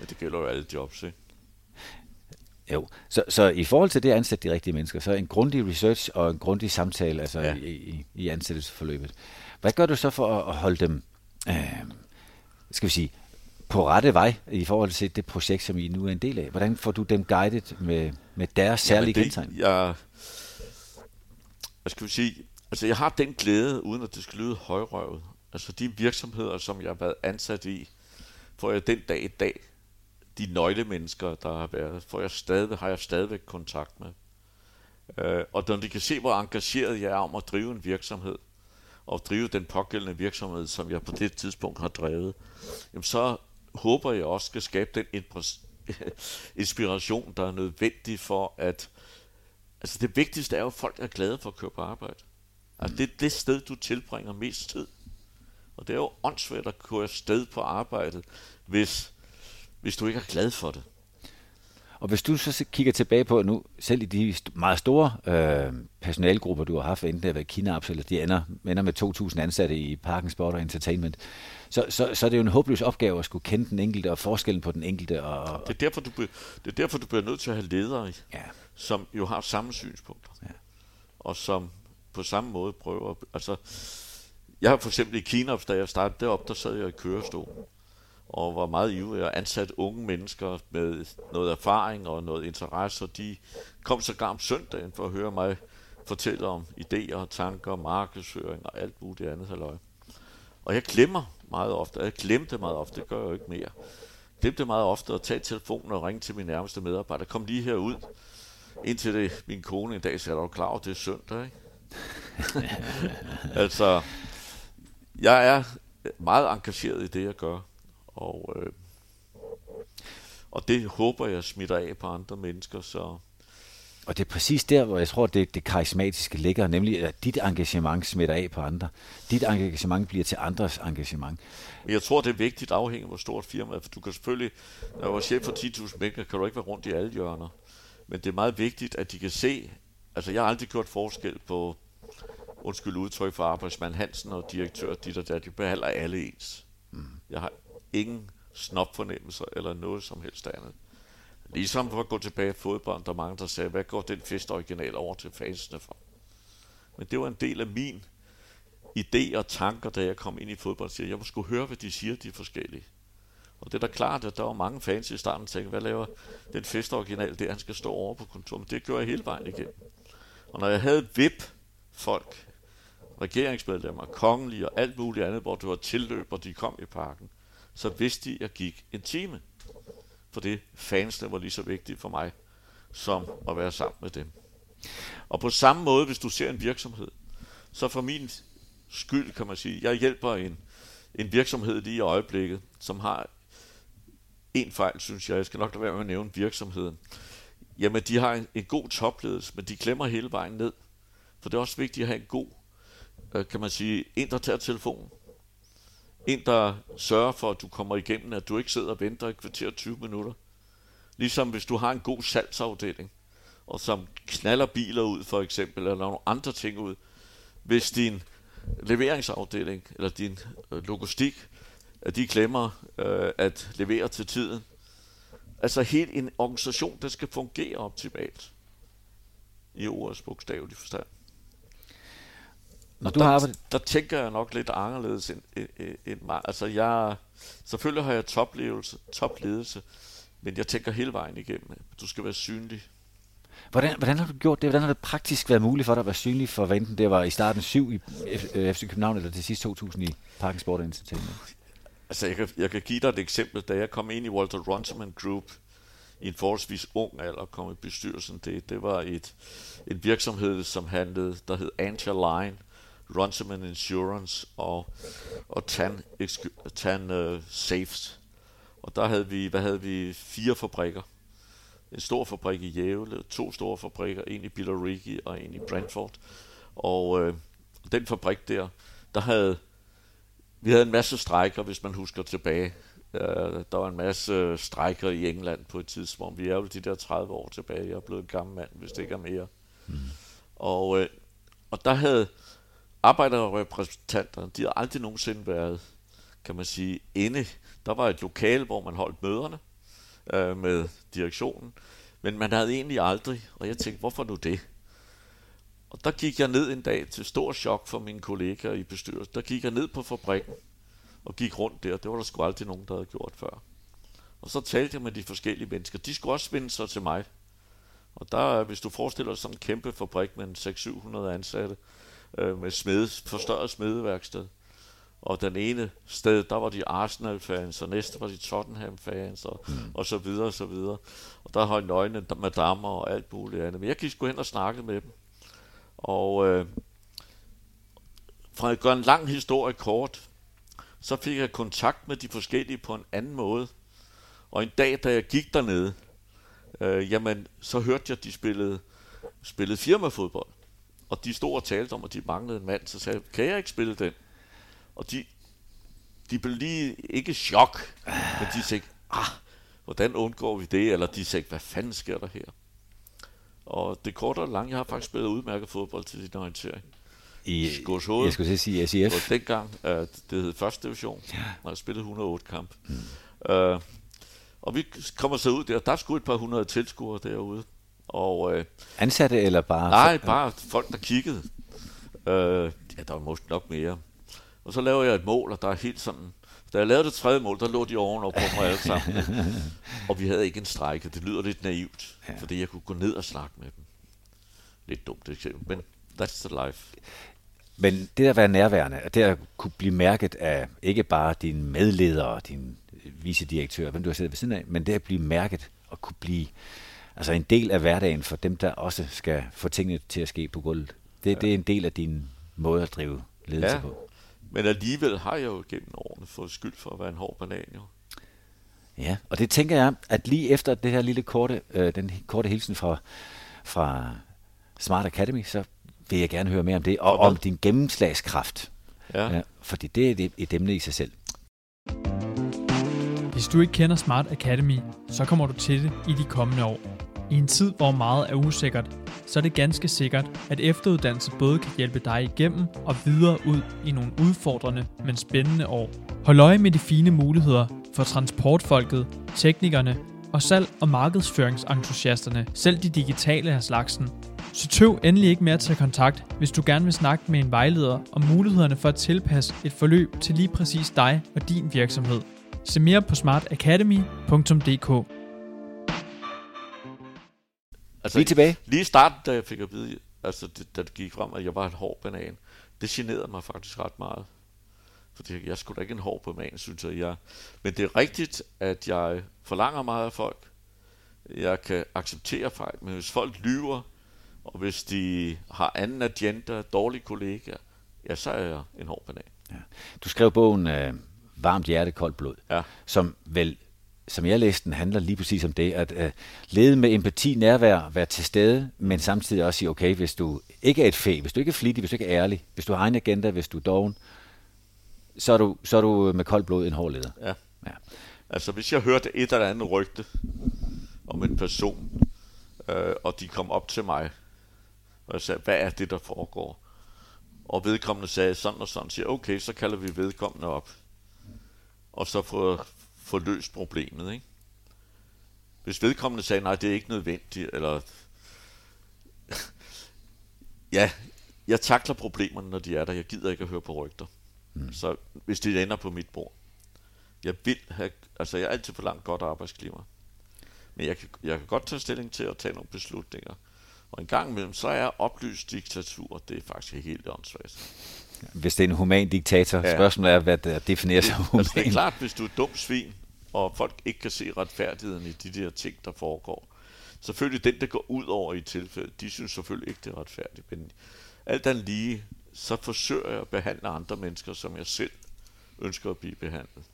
Men det gælder jo alle jobs, ikke? Jo, så, så i forhold til det at ansætte de rigtige mennesker, så en grundig research og en grundig samtale altså ja. i, i, i ansættelsesforløbet. Hvad gør du så for at holde dem, øh, skal vi sige, på rette vej i forhold til det projekt, som I nu er en del af? Hvordan får du dem guidet med, med deres særlige ja, kendetegn? Jeg, hvad skal vi sige, altså jeg har den glæde, uden at det skal lyde højrøvet. Altså de virksomheder, som jeg har været ansat i, får jeg den dag i dag, de nøglemennesker, der har været, får jeg stadig, har jeg stadigvæk kontakt med. Øh, og når de kan se, hvor engageret jeg er om at drive en virksomhed, og drive den pågældende virksomhed, som jeg på det tidspunkt har drevet, jamen så håber jeg også skal skabe den inspiration, der er nødvendig for at... Altså det vigtigste er jo, at folk er glade for at køre på arbejde. Altså det er det sted, du tilbringer mest tid. Og det er jo åndssvært at køre sted på arbejdet, hvis, hvis du ikke er glad for det. Og hvis du så kigger tilbage på nu, selv i de meget store øh, personalgrupper, du har haft, enten det har været Kinaps, eller de ender, ender med to tusind ansatte i Parken Sport og Entertainment, så, så, så er det jo en håbløs opgave at skulle kende den enkelte og forskellen på den enkelte. Og, og det, er derfor, du, det er derfor, du bliver nødt til at have ledere, ja. som jo har samme synspunkter. Ja. Og som på samme måde prøver... Altså, jeg har for eksempel i Kinaps, da jeg startede derop, der sad jeg i kørestol og var meget ivrig og ansat unge mennesker med noget erfaring og noget interesse, og de kom så gang om søndagen for at høre mig fortælle om idéer, tanker, markedsføring og alt muligt andet halløj. Og jeg glemmer meget ofte, jeg glemte meget ofte, det gør jeg jo ikke mere. Jeg glemte meget ofte at tage telefonen og ringe til min nærmeste medarbejder. Kom lige herud, indtil det, min kone en dag sagde, er du klar over, det er søndag, ikke? Altså, jeg er meget engageret i det, jeg gør. Og, øh, og det håber jeg smitter af på andre mennesker. Så. Og det er præcis der, hvor jeg tror, det, det karismatiske ligger, nemlig at dit engagement smitter af på andre. Dit engagement bliver til andres engagement. Men jeg tror, det er vigtigt afhængig af, hvor stort firma er. For du kan selvfølgelig, når jeg var chef for ti tusind mennesker, kan du ikke være rundt i alle hjørner. Men det er meget vigtigt, at de kan se, altså jeg har aldrig gjort forskel på, undskyld udtryk for arbejdsmand Hansen og direktør, dit og der, de behandler alle ens. Mm. Jeg har ingen snopfornemmelser eller noget som helst andet. Ligesom for at gå tilbage i fodbold, der er mange, der sagde, hvad går den festoriginal over til fansene for? Men det var en del af min idé og tanker, da jeg kom ind i fodbold, siger, jeg må sgu høre, hvad de siger, de er forskellige. Og det er da klart, at der var mange fans i starten, der tænkte, hvad laver den festoriginal der, han skal stå over på kontoret? Men det gjorde jeg hele vejen igennem. Og når jeg havde V I P-folk, regeringsmedlemmer, kongelige og alt muligt andet, hvor det var tilløb, og de kom i parken, så vidste de, at jeg gik en time. For det fansene var lige så vigtige for mig, som at være sammen med dem. Og på samme måde, hvis du ser en virksomhed, så for min skyld, kan man sige, jeg hjælper en, en virksomhed lige i øjeblikket, som har en fejl, synes jeg, jeg skal nok lade være med at nævne virksomheden. Jamen, de har en, en god topledelse, men de klemmer hele vejen ned. For det er også vigtigt at have en god, kan man sige, en, der tager telefonen. En, der sørger for, at du kommer igennem, at du ikke sidder og venter i kvarter tyve minutter. Ligesom hvis du har en god salgsafdeling, og som knaller biler ud for eksempel, eller nogle andre ting ud. Hvis din leveringsafdeling, eller din øh, logistik, at de glemmer øh, at levere til tiden. Altså helt en organisation, der skal fungere optimalt. I ordets bogstavelige forstand. Når du der, har arbejdet... der tænker jeg nok lidt anderledes end, end, end mig. Altså jeg, selvfølgelig har jeg topledelse, topledelse, men jeg tænker hele vejen igennem. Du skal være synlig. Hvordan, hvordan har du gjort det? Hvordan har det praktisk været muligt for dig at være synlig for, hvad enten det var i starten syv i F C København, eller til sidst to tusind i Parken Sport og Entertainment? Altså jeg kan, jeg kan give dig et eksempel. Da jeg kom ind i Walter Runciman Group i en forholdsvis ung alder og kom i bestyrelsen, det, det var et, en virksomhed, som handlede, der hed Antia Line, Runciman Insurance og, og Tan, Tan uh, Safes. Og der havde vi, hvad havde vi, fire fabrikker. En stor fabrik i Gävle, to store fabrikker, en i Billericay og en i Brentford. Og øh, den fabrik der, der havde, vi havde en masse strejker, hvis man husker tilbage. Uh, der var en masse strejker i England på et tidspunkt. Vi er jo de der tredive år tilbage. Jeg er blevet en gammel mand, hvis det ikke er mere. Mm. Og, øh, og der havde arbejderrepræsentanterne, de har aldrig nogensinde været, kan man sige, inde. Der var et lokale, hvor man holdt møderne, øh, med direktionen. Men man havde egentlig aldrig, og jeg tænkte, hvorfor nu det? Og der gik jeg ned en dag til stor chok for mine kollegaer i bestyrelsen. Der gik jeg ned på fabrikken og gik rundt der. Det var der sgu aldrig nogen, der havde gjort før. Og så talte jeg med de forskellige mennesker. De skulle også vende sig til mig. Og der, hvis du forestiller dig sådan en kæmpe fabrik med seks til syv hundrede ansatte, øh, med smede, forstørret smedeværksted. Og den ene sted, der var de Arsenal-fans, og næste var de Tottenham-fans, og, mm. og så videre, og så videre. Og der holdt nøgne madammer og alt muligt andet. Men jeg gik sgu hen og snakkede med dem. Og øh, for at gøre en lang historie kort, så fik jeg kontakt med de forskellige på en anden måde. Og en dag, da jeg gik dernede, øh, jamen, så hørte jeg, at de spillede, spillede firmafodbold. Og de stod og talte om, at de manglede en mand, så sagde jeg, kan jeg ikke spille den? Og de, de blev lige ikke chok, men de tænkte, ah, hvordan undgår vi det? Eller de tænkte, hvad fanden sker der her? Og det korte og lange, jeg har faktisk spillet udmærket fodbold til din orientering. I, Skårshoved. Jeg skulle sige S I F. Og dengang, uh, det hed første division, ja. Og jeg spillede et hundrede og otte kamp. Mm. Uh, og vi kommer så ud der, der er sgu et par hundrede tilskuere derude. Og, uh, ansatte eller bare? Nej, bare folk, der kiggede. Uh, ja, der var måske nok mere. Og så laver jeg et mål, og der er helt sådan... Da jeg lavede det tredje mål, der lå de ovenover på mig alle sammen. Og vi havde ikke en strejke. Det lyder lidt naivt, ja. Fordi jeg kunne gå ned og snakke med dem. Lidt dumt eksempel, men that's the life. Men det at være nærværende, det at kunne blive mærket af ikke bare dine medledere, din vicedirektør, hvem du har siddet ved siden af, men det at blive mærket og kunne blive altså en del af hverdagen for dem, der også skal få tingene til at ske på gulvet. Det, ja. Det er en del af din måde at drive ledelse ja. På. Men alligevel har jeg jo gennem årene fået skyld for at være en hård banan, jo. Ja, og det tænker jeg, at lige efter det her lille korte, øh, den korte hilsen fra, fra Smart Academy, så vil jeg gerne høre mere om det, og om din gennemslagskraft. Ja. Ja, fordi det er et, et emne i sig selv. Hvis du ikke kender Smart Academy, så kommer du til det i de kommende år. I en tid, hvor meget er usikkert, så er det ganske sikkert, at efteruddannelse både kan hjælpe dig igennem og videre ud i nogle udfordrende, men spændende år. Hold øje med de fine muligheder for transportfolket, teknikerne og salg- og markedsføringsentusiasterne, selv de digitale af slagsen. Så tøv endelig ikke med at tage kontakt, hvis du gerne vil snakke med en vejleder om mulighederne for at tilpasse et forløb til lige præcis dig og din virksomhed. Se mere på smart academy punktum d k. Altså, lige tilbage. Lige i starten, da jeg fik at vide, altså det, da det gik frem, at jeg var en hård banan, det generede mig faktisk ret meget. Fordi jeg skulle da ikke en hård banan, synes jeg. jeg. Men det er rigtigt, at jeg forlanger meget af folk. Jeg kan acceptere fejl, men hvis folk lyver, og hvis de har anden agenda, dårlige kollegaer, ja, så er jeg en hård banan. Ja. Du skrev bogen øh, Varmt hjerte, koldt blod, ja. Som vel, som jeg læste den, handler lige præcis om det, at øh, lede med empati, nærvær, være til stede, men samtidig også sige, okay, hvis du ikke er et fæ, hvis du ikke er flittig, hvis du ikke er ærlig, hvis du har en agenda, hvis du er doven, så er du, så er du med koldt blod en hård leder. Ja. Ja. Altså, hvis jeg hørte et eller andet rygte om en person, øh, og de kom op til mig, og jeg sagde, hvad er det, der foregår? Og vedkommende sagde sådan og sådan, siger, okay, så kalder vi vedkommende op, og så får få løst problemet, ikke? Hvis vedkommende sagde, nej, det er ikke nødvendigt, eller ja, jeg takler problemerne, når de er der. Jeg gider ikke at høre på rygter. Mm. Så hvis de ender på mit bord. Jeg vil have, altså jeg er altid for langt godt arbejdsklima. Men jeg kan, jeg kan godt tage stilling til at tage nogle beslutninger. Og en gang imellem, så er oplyst diktatur, det er faktisk helt åndssvagt. Hvis det er en human diktator, ja. Spørgsmålet er, hvad der definerer sig human. Altså det er klart, hvis du er dum svin, og folk ikke kan se retfærdigheden i de der ting, der foregår. Selvfølgelig den, der går ud over i tilfælde, de synes selvfølgelig ikke, det er retfærdigt. Men alt andet lige, så forsøger jeg at behandle andre mennesker, som jeg selv ønsker at blive behandlet.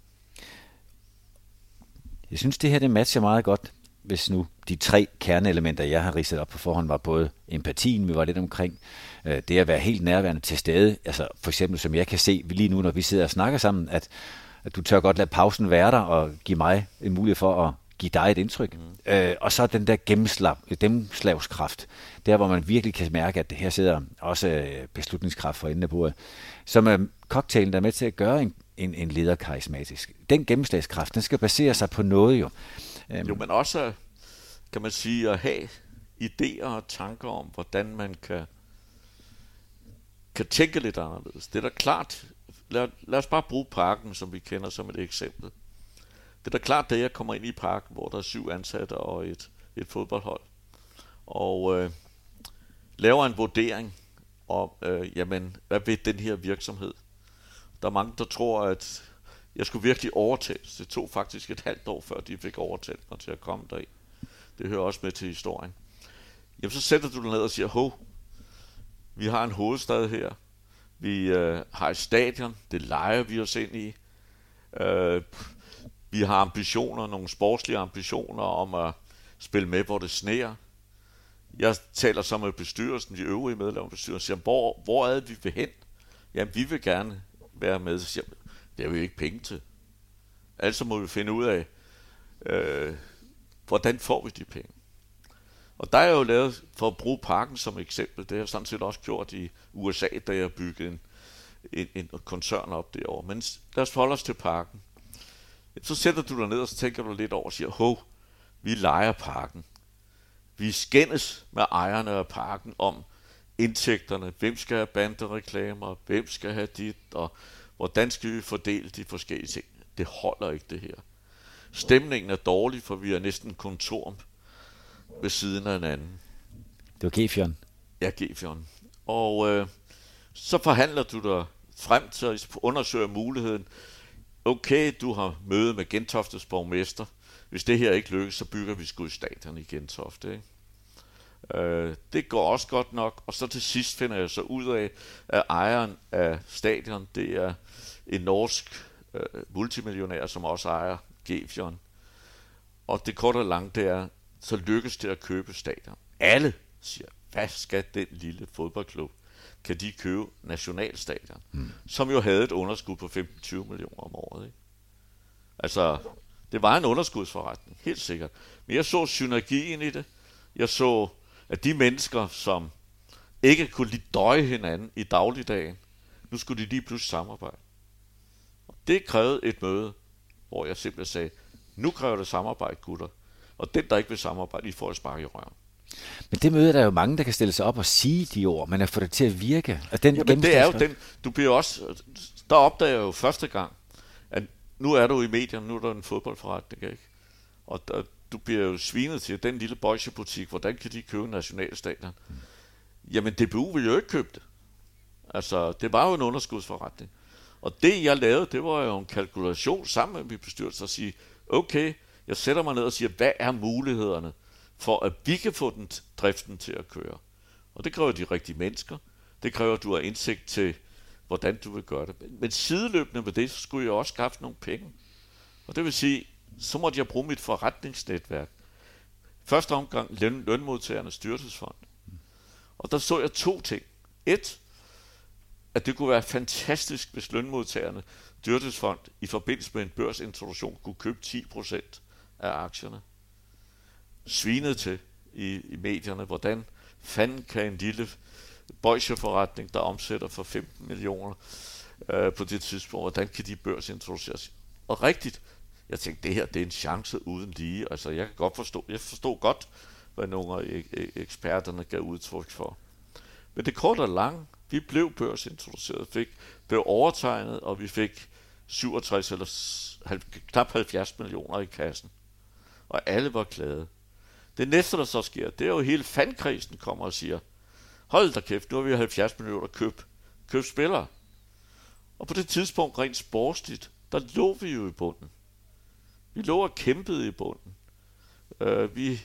Jeg synes, det her det matcher meget godt, hvis nu de tre kerneelementer, jeg har ridset op på forhånd, var både empatien, vi var lidt omkring, det at være helt nærværende til stede, altså for eksempel, som jeg kan se lige nu, når vi sidder og snakker sammen, at, at du tør godt lade pausen være der, og give mig en mulighed for at give dig et indtryk. Mm. Øh, og så den der gennemslagskraft, der hvor man virkelig kan mærke, at her sidder også beslutningskraft for enden af bordet, som er cocktailen, der er med til at gøre en, en, en leder karismatisk. Den gennemslagskraft, den skal basere sig på noget jo. Jo, men også, kan man sige, at have idéer og tanker om, hvordan man kan, kan tænke lidt anderledes. Det er da klart, lad, lad os bare bruge parken, som vi kender som et eksempel. Det er da klart, da jeg kommer ind i parken, hvor der er syv ansatte og et, et fodboldhold, og øh, laver en vurdering om, øh, jamen, hvad ved den her virksomhed? Der er mange, der tror, at jeg skulle virkelig overtales. Det tog faktisk et halvt år, før de fik overtalt mig til at komme deri. Det hører også med til historien. Jamen, så sætter du dig ned og siger, hov, vi har en hovedstad her. Vi øh, har et stadion. Det leger vi os ind i. Øh, vi har ambitioner, nogle sportslige ambitioner om at spille med, hvor det sneer. Jeg taler så med bestyrelsen, de øvrige medlemmer af bestyrelsen, siger, hvor, hvor er det, vi vil hen? Jamen, vi vil gerne være med. Så siger, det har vi ikke penge til. Altså må vi finde ud af, øh, hvordan får vi de penge? Og der er jo lavet, for at bruge parken som eksempel, det har jeg sådan set også gjort i U S A, da jeg byggede en, en, en koncern op derovre. Men lad os holde os til parken. Så sætter du dig ned, og så tænker du lidt over og siger, hov, vi lejer parken. Vi skændes med ejerne af parken om indtægterne. Hvem skal have bandereklamer? Hvem skal have dit? Og hvordan skal vi fordele de forskellige ting? Det holder ikke, det her. Stemningen er dårlig, for vi er næsten kontor ved siden af hinanden. Det var Gefjern. Ja, Gefjern. Og øh, så forhandler du dig frem til at undersøge muligheden. Okay, du har møde med Gentoftes borgmester. Hvis det her ikke lykkes, så bygger vi sgu i stadion i Gentofte, ikke? Øh, det går også godt nok. Og så til sidst finder jeg så ud af, at ejeren af stadion, det er en norsk øh, multimillionær, som også ejer Gefjern. Og det korte og lange, det er, så lykkes det at købe stadion. Alle siger, hvad skal den lille fodboldklub? Kan de købe nationalstadion? Hmm. Som jo havde et underskud på femten til tyve millioner om året, ikke? Altså, det var en underskudsforretning, helt sikkert. Men jeg så synergien i det. Jeg så, at de mennesker, som ikke kunne lide døje hinanden i dagligdagen, nu skulle de lige pludselig samarbejde. Og det krævede et møde, hvor jeg simpelthen sagde, nu kræver det samarbejde, gutter. Og den, der ikke vil samarbejde, I får et spark i røven. Men det møde, der er jo mange, der kan stille sig op og sige de ord, men at få det til at virke. Og den ja, men det er jo den, du bliver også, der opdager jeg jo første gang, at nu er du i medierne, nu er der en fodboldforretning, ikke? Og der, du bliver jo svinet til den lille boysebutik, hvordan kan de købe nationalstadion? Mm. Jamen D B U ville jo ikke købe det. Altså, det var jo en underskudsforretning. Og det, jeg lavede, det var jo en kalkulation sammen med min bestyrelse at sige, okay, jeg sætter mig ned og siger, hvad er mulighederne for, at vi kan få den driften til at køre? Og det kræver de rigtige mennesker. Det kræver, at du har indsigt til, hvordan du vil gøre det. Men sideløbende med det, så skulle jeg også skaffe nogle penge. Og det vil sige, så måtte jeg bruge mit forretningsnetværk. Første omgang løn, lønmodtagernes styrelsesfond. Og der så jeg to ting. Et, at det kunne være fantastisk, hvis lønmodtagerne styrelsesfond i forbindelse med en børsintroduktion kunne købe ti procent af aktierne. Svinet til i, i medierne, hvordan fanden kan en lille boyseforretning, der omsætter for femten millioner øh, på det tidspunkt, hvordan kan de børsintroduceres? Og rigtigt, jeg tænkte, det her, det er en chance uden lige. Altså, jeg kan godt forstå, jeg forstod godt, hvad nogle af eksperterne gav udtryk for. Men det korte og lange, vi blev børsintroduceret, fik, blev overtegnet, og vi fik syvogtres eller knap halvfjerds millioner i kassen. Og alle var glade. Det næste, der så sker, det er jo hele fankrisen kommer og siger, hold da kæft, nu har vi halvfjerds millioner køb, køb spillere. Og på det tidspunkt, rent sportsligt, der lå vi jo i bunden. Vi lå og kæmpede i bunden. Uh, vi,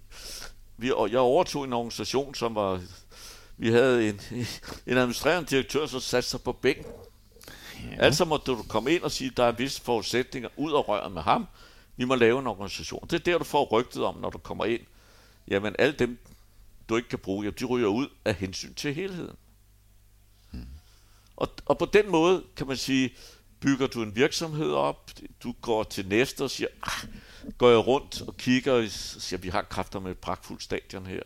vi, jeg overtog en organisation, som var... Vi havde en, en administrerende direktør, som satte sig på bænken. Ja. Altså måtte du komme ind og sige, at der er visse forudsætninger ud af røret med ham. Vi må lave en organisation. Det er der, du får rygtet om, når du kommer ind. Jamen, alle dem, du ikke kan bruge, jamen, de ryger ud af hensyn til helheden. Hmm. Og, og på den måde, kan man sige, bygger du en virksomhed op, du går til næste og siger, ah, går jeg rundt og kigger og siger, vi har kræfter med et pragtfuldt stadion her.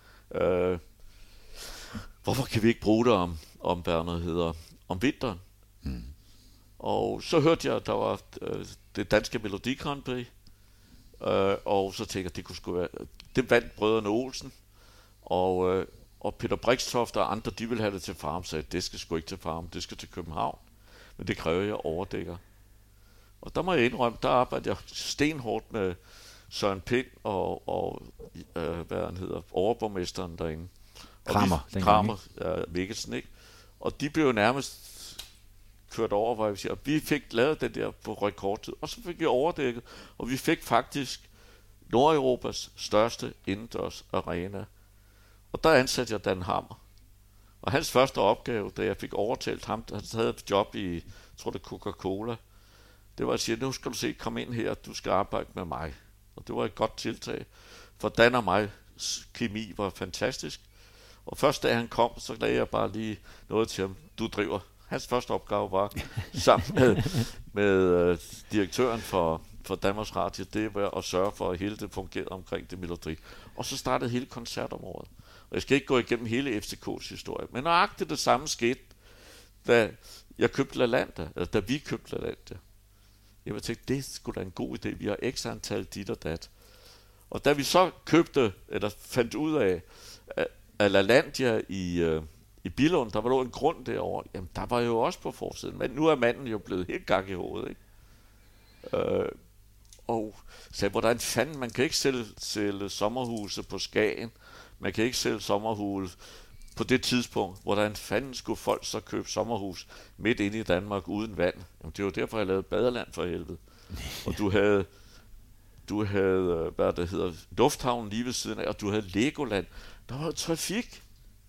Øh, hvorfor kan vi ikke bruge det om, om hvad noget hedder, om vinteren? Hmm. Og så hørte jeg, at der var øh, det danske Melodi Grand Prix, øh, og så tænkte jeg, det kunne sgu være, det vandt brødrene Olsen, og, øh, og Peter Brixtoft og andre, de ville have det til Farum, sagde, det skal sgu ikke til Farum, det skal til København, men det kræver, jeg overdækker. Og der må jeg indrømme, der arbejdede jeg stenhårdt med Søren Pind og, og øh, hvad han hedder, overborgmesteren derinde. Kramer. Vi, Kramer, ja, Mikkelsen, ikke? Og de blev jo nærmest kørt over, hvor jeg siger, og vi fik lavet det der på rekordtid, og så fik vi overdækket, og vi fik faktisk Nordeuropas største indendørs arena. Og der ansatte jeg Dan Hammer. Og hans første opgave, da jeg fik overtalt ham, han havde et job i, jeg tror det Coca-Cola, det var at sige, nu skal du se, kom ind her, du skal arbejde med mig. Og det var et godt tiltag, for Dan og mig kemi var fantastisk. Og først da han kom, så lagde jeg bare lige noget til ham, du driver. Hans første opgave var sammen med, med uh, direktøren for, for Danmarks Radio, det var at sørge for, at hele det fungerede omkring det melodi. Og så startede hele koncertområdet. Og jeg skal ikke gå igennem hele F C K's historie, men nøjagtigt det samme skete, da jeg købte LaLandia, eller da vi købte LaLandia. Jeg tænkte, det skulle da en god idé, vi har x antal dit og dat. Og da vi så købte, eller fandt ud af, at LaLandia i, øh, i Billund, der var jo en grund derovre, jamen der var jo også på forsiden, men nu er manden jo blevet helt gang i hovedet, ikke? Øh, og sagde, hvordan fanden, man kan ikke sælge, sælge sommerhuse på Skagen, man kan ikke sælge sommerhuse på det tidspunkt, hvordan fanden skulle folk så købe sommerhus midt inde i Danmark uden vand? Jamen, det var derfor, jeg lavede Badeland for helvede. Og du havde, du havde, hvad det hedder, lufthavnen lige ved siden af, og du havde Legoland. Der var trafik.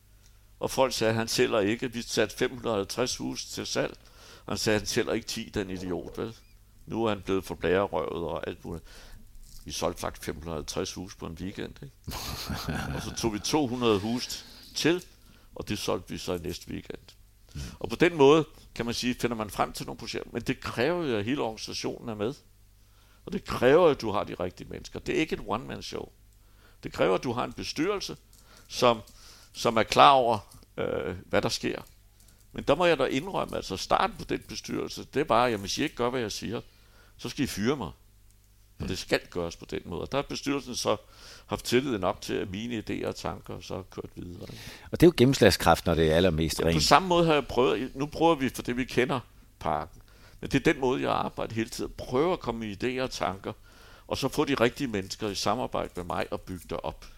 Og folk sagde, at han sælger ikke. Vi satte fem hundrede og halvtreds hus til salg. Og han sagde, at han sælger ikke ti, den idiot, vel? Nu er han blevet for blærerøvet og alt muligt. Vi solgte faktisk fem hundrede og halvtreds hus på en weekend, ikke? Og så tog vi to hundrede hus til, og det solgte vi så i næste weekend. Mm. Og på den måde, kan man sige, finder man frem til nogle projekter, men det kræver jo, at hele organisationen er med. Og det kræver, at du har de rigtige mennesker. Det er ikke et one-man-show. Det kræver, at du har en bestyrelse, som, som er klar over, øh, hvad der sker. Men der må jeg da indrømme, altså starten på den bestyrelse, det er bare, at hvis I ikke gør, hvad jeg siger, så skal I fyre mig. Og det skal gøres på den måde. Der har bestyrelsen så haft tillid nok til, at mine idéer og tanker så har kørt videre. Og det er jo gennemslagskraft, når det er allermest rent. Ja, på samme måde har jeg prøvet, nu prøver vi for det, vi kender parken. Men det er den måde, jeg arbejder hele tiden. Prøver at komme med idéer og tanker, og så få de rigtige mennesker i samarbejde med mig og bygge det op.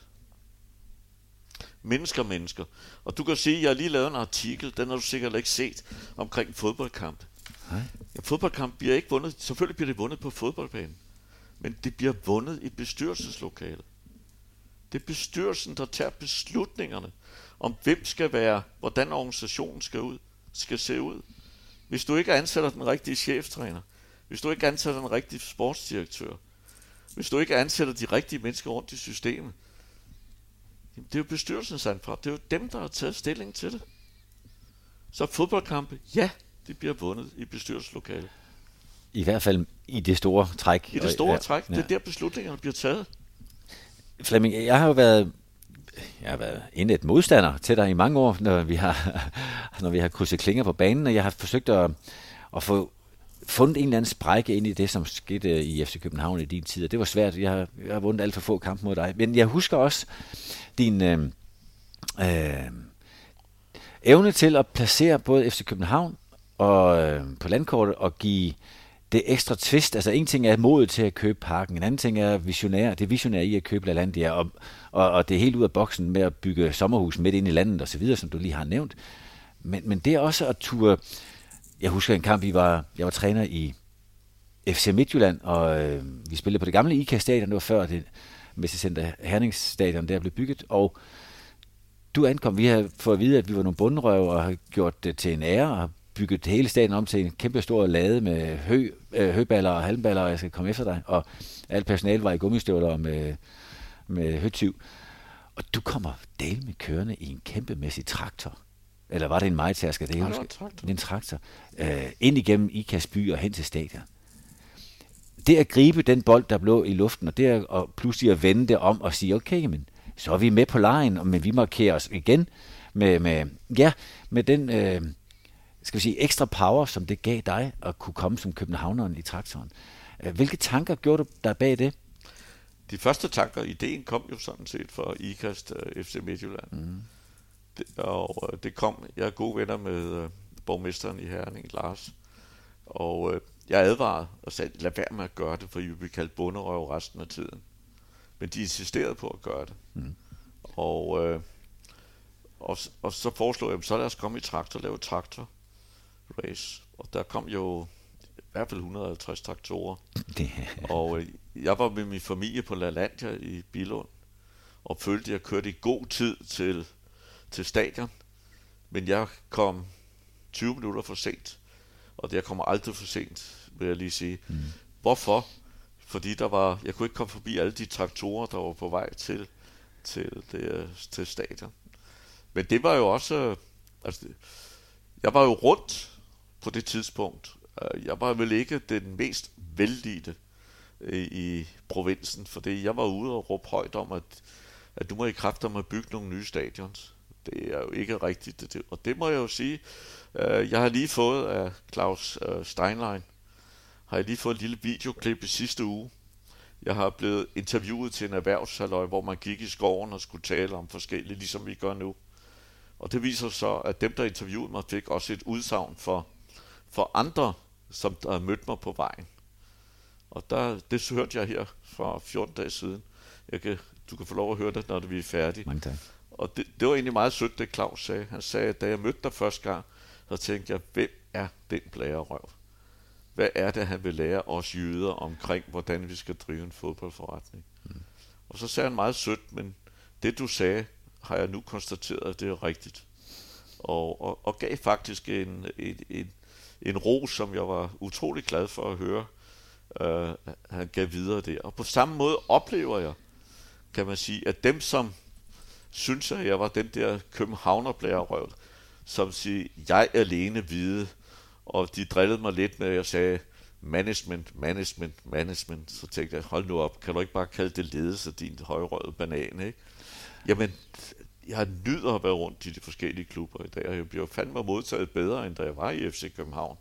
Mennesker, mennesker. Og du kan sige, at jeg har lige lavet en artikel, den har du sikkert ikke set, omkring fodboldkamp. Nej. Ja, fodboldkamp bliver ikke vundet, selvfølgelig bliver det vundet på fodboldbanen, men det bliver vundet i bestyrelseslokalet. Det er bestyrelsen, der tager beslutningerne om, hvem skal være, hvordan organisationen skal ud, skal se ud. Hvis du ikke ansætter den rigtige cheftræner, hvis du ikke ansætter den rigtige sportsdirektør, hvis du ikke ansætter de rigtige mennesker rundt i systemet, det er jo bestyrelsens ansvar. Det er jo dem, der har taget stilling til det. Så fodboldkampe, ja, det bliver vundet i bestyrelseslokalet. I hvert fald i det store træk. I det store ja, træk. Ja. Det er der beslutningerne bliver taget. Flemming, jeg har jo været, jeg har været indet modstander til dig i mange år, når vi har, når vi har krydset klinger på banen, og jeg har forsøgt at, at få fundet en eller anden sprække ind i det, som skete i F C København i din tid, og det var svært. Jeg har, jeg har vundet alt for få kampe mod dig. Men jeg husker også din øh, øh, evne til at placere både F C København og øh, på landkortet og give det ekstra twist. Altså en ting er modet til at købe parken, en anden ting er visionær, det visionære i at købe LaLandia, og, og, og det er helt ud af boksen med at bygge sommerhus midt ind i landet og så videre, som du lige har nævnt. Men, men det er også at ture. Jeg husker en kamp, vi var, jeg var træner i F C Midtjylland, og øh, vi spillede på det gamle I K A-stadion, det var før det Messecenter Herningsstadion, der blev bygget, og du ankom, vi har fået at vide, at vi var nogle bunderøv og har gjort det til en ære, og bygget hele stadion om til en kæmpe stor lade med hø, øh, høballer og halmballer, og jeg skal komme efter dig, og alt personale var i gummistøvler med, med høtyv. Og du kommer dale med kørende i en kæmpemæssig traktor. Eller var det en majtærsker? Det er en traktor. En traktor. Øh, ind igennem I K A's by og hen til stadion. Det at gribe den bold, der lå i luften, og det at og pludselig at vende det om og sige, okay, men så er vi med på lejen, men vi markerer os igen med, med, ja, med den øh, skal vi sige, ekstra power, som det gav dig at kunne komme som københavneren i traktoren. Hvilke tanker gjorde du der bag det? de første tanker, ideen kom jo sådan set fra IKAST uh, F C Midtjylland. Mm. Det, og uh, det kom, jeg er gode venner med uh, borgmesteren i Herning, Lars, og uh, jeg advarede og sagde, lad være med at gøre det, for I vil blive kaldt bunderøv resten af tiden. Men de insisterede på at gøre det. Mm. Og, uh, og, og så foreslog jeg, så lad os komme i traktor og lave traktor race. Og der kom jo i hvert fald et hundrede og halvtreds traktorer. Og øh, jeg var med min familie på LaLandia i Billund, og følte, at jeg kørte i god tid til, til stadion. Men jeg kom tyve minutter for sent. Og jeg kommer aldrig for sent, vil jeg lige sige. Mm. Hvorfor? Fordi der var, jeg kunne ikke komme forbi alle de traktorer, der var på vej til, til, det, til stadion. Men det var jo også... Altså, jeg var jo rundt på det tidspunkt. Jeg var vel ikke den mest vellidte i provinsen, fordi jeg var ude og råbe højt om, at, at du må i kraft om at bygge nogle nye stadions. Det er jo ikke rigtigt. Det, og det må jeg jo sige. Jeg har lige fået af Claus Steinlein, har jeg lige fået et lille videoklip i sidste uge. Jeg har blevet interviewet til en erhvervshalløj, hvor man gik i skoven og skulle tale om forskellige, ligesom vi gør nu. Og det viser så, at dem, der interviewede mig, fik også et udsagn for, for andre, som der mødte mig på vejen. Og der, det hørte jeg her for fjorten dage siden. Jeg kan, du kan få lov at høre det, når vi er færdige. Mange tak. Og det, det var egentlig meget sødt, det Claus sagde. Han sagde, at da jeg mødte dig første gang, så tænkte jeg, hvem er den blærerøv? Hvad er det, han vil lære os jøder omkring, hvordan vi skal drive en fodboldforretning? Mm. Og så sagde han meget sødt, men det du sagde, har jeg nu konstateret, at det er rigtigt. Og, og, og gav faktisk en, en, en, en ros, som jeg var utrolig glad for at høre, uh, han gav videre der. Og på samme måde oplever jeg, kan man sige, at dem, som synes, at jeg var den der københavnerblærerøv, som siger, jeg alene vide, og de drillede mig lidt med, at jeg sagde, management, management, management. Så tænkte jeg, hold nu op, kan du ikke bare kalde det ledelse, din højrøde banan, ikke? Jamen, jeg nyder at være rundt i de forskellige klubber i dag, og jeg bliver fandme modtaget bedre, end da jeg var i F C København.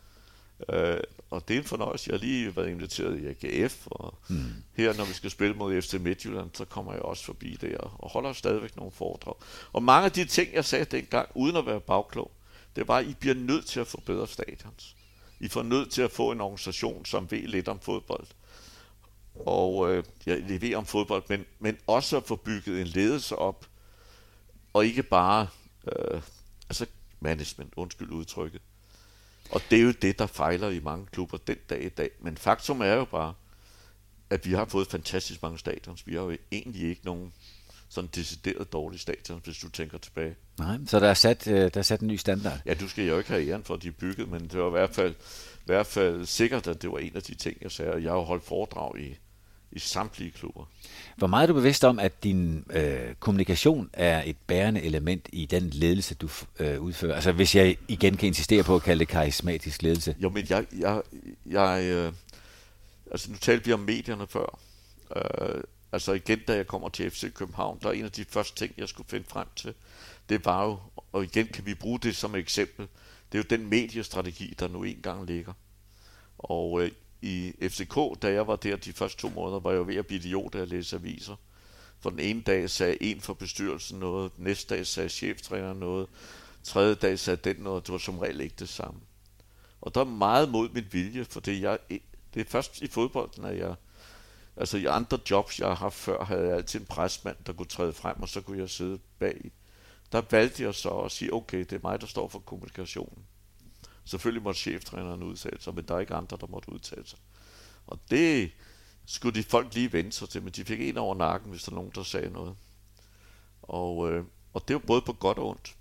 Uh, og det er en fornøjelse. Jeg har lige været inviteret i A G F, og mm. her, når vi skal spille mod F C Midtjylland, så kommer jeg også forbi der, og holder stadigvæk nogle foredrag. Og mange af de ting, jeg sagde dengang, uden at være bagklog, det var, at I bliver nødt til at få bedre stadions. I får nødt til at få en organisation, som ved lidt om fodbold. Og øh, ja, det ved om fodbold, men, men også at få bygget en ledelse op, og ikke bare øh, altså management, undskyld udtrykket. Og det er jo det, der fejler i mange klubber den dag i dag. Men faktum er jo bare, at vi har fået fantastisk mange stadions. Vi har jo egentlig ikke nogen sådan decideret dårlige stadions, hvis du tænker tilbage. Nej, så der er sat, der er sat en ny standard. Ja, du skal jo ikke have æren for, at de er bygget, men det var i hvert fald, i hvert fald sikkert, at det var en af de ting, jeg sagde. Jeg har jo holdt foredrag i, i samtlige klubber. Hvor meget er du bevidst om, at din øh, kommunikation er et bærende element i den ledelse, du øh, udfører? Altså hvis jeg igen kan insistere på at kalde det karismatisk ledelse. Jo, men jeg... jeg, jeg øh, altså nu talte vi om medierne før. Øh, altså igen, da jeg kommer til F C København, der er en af de første ting, jeg skulle finde frem til. Det var jo, og igen kan vi bruge det som eksempel, det er jo den mediestrategi, der nu engang ligger. Og øh, i F C K, da jeg var der de første to måneder, var jeg ved at blive idiot af at læse aviser. For den ene dag sagde en fra bestyrelsen noget, næste dag sagde cheftræneren noget, tredje dag sagde den noget, det var som regel ikke det samme. Og der er meget mod min vilje, for det, jeg, det er først i fodbolden, at jeg, altså i andre jobs, jeg har haft før, havde jeg altid en presmand, der kunne træde frem, og så kunne jeg sidde bag. Der valgte jeg så at sige, okay, det er mig, der står for kommunikationen. Selvfølgelig måtte cheftræneren udtale sig, men der er ikke andre, der måtte udtale sig. Og det skulle de folk lige vende sig til, men de fik en over nakken, hvis der er nogen, der sagde noget. Og, øh, og det er jo både på godt og ondt.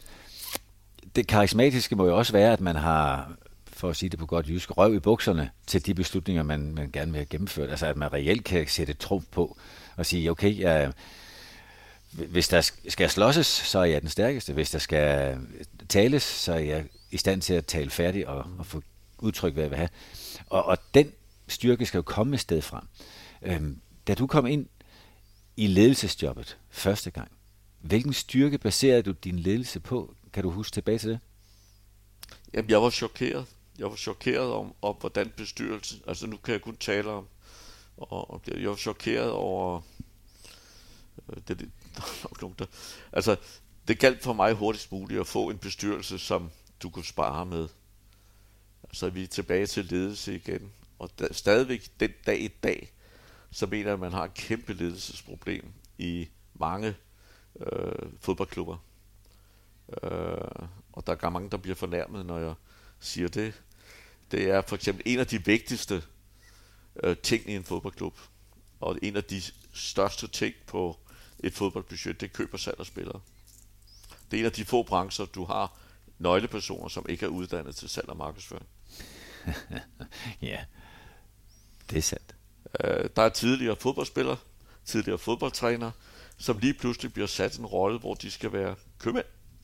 Det karismatiske må jo også være, at man har, for at sige det på godt jysk, røv i bukserne til de beslutninger, man, man gerne vil have gennemført. Altså at man reelt kan sætte trumf på og sige, okay, jeg, hvis der skal slåsses, så er jeg den stærkeste. Hvis der skal tales, så er jeg i stand til at tale færdigt og, og få udtryk, hvad jeg vil have. Og, og den styrke skal jo komme et sted fra. Øhm, da du kom ind i ledelsesjobbet første gang, hvilken styrke baserede du din ledelse på? Kan du huske tilbage til det? Jamen, jeg var chokeret. Jeg var chokeret om, om hvordan bestyrelsen, altså nu kan jeg kun tale om, Og jeg var chokeret over det, det, der, altså det galt for mig hurtigst muligt at få en bestyrelse, som du kunne spare med. Så vi er tilbage til ledelse igen. Og da, stadigvæk den dag i dag, så mener jeg, at man har et kæmpe ledelsesproblem i mange øh, fodboldklubber. Øh, og der er mange, der bliver fornærmet, når jeg siger det. Det er for eksempel en af de vigtigste øh, ting i en fodboldklub. Og en af de største ting på et fodboldbudget, det køber salg og spillere. Det er en af de få brancher, du har nøglepersoner, som ikke er uddannet til salg og markedsføring. Ja, det er sandt. Øh, der er tidligere fodboldspillere, tidligere fodboldtræner, som lige pludselig bliver sat en rolle, hvor de skal være købmænd.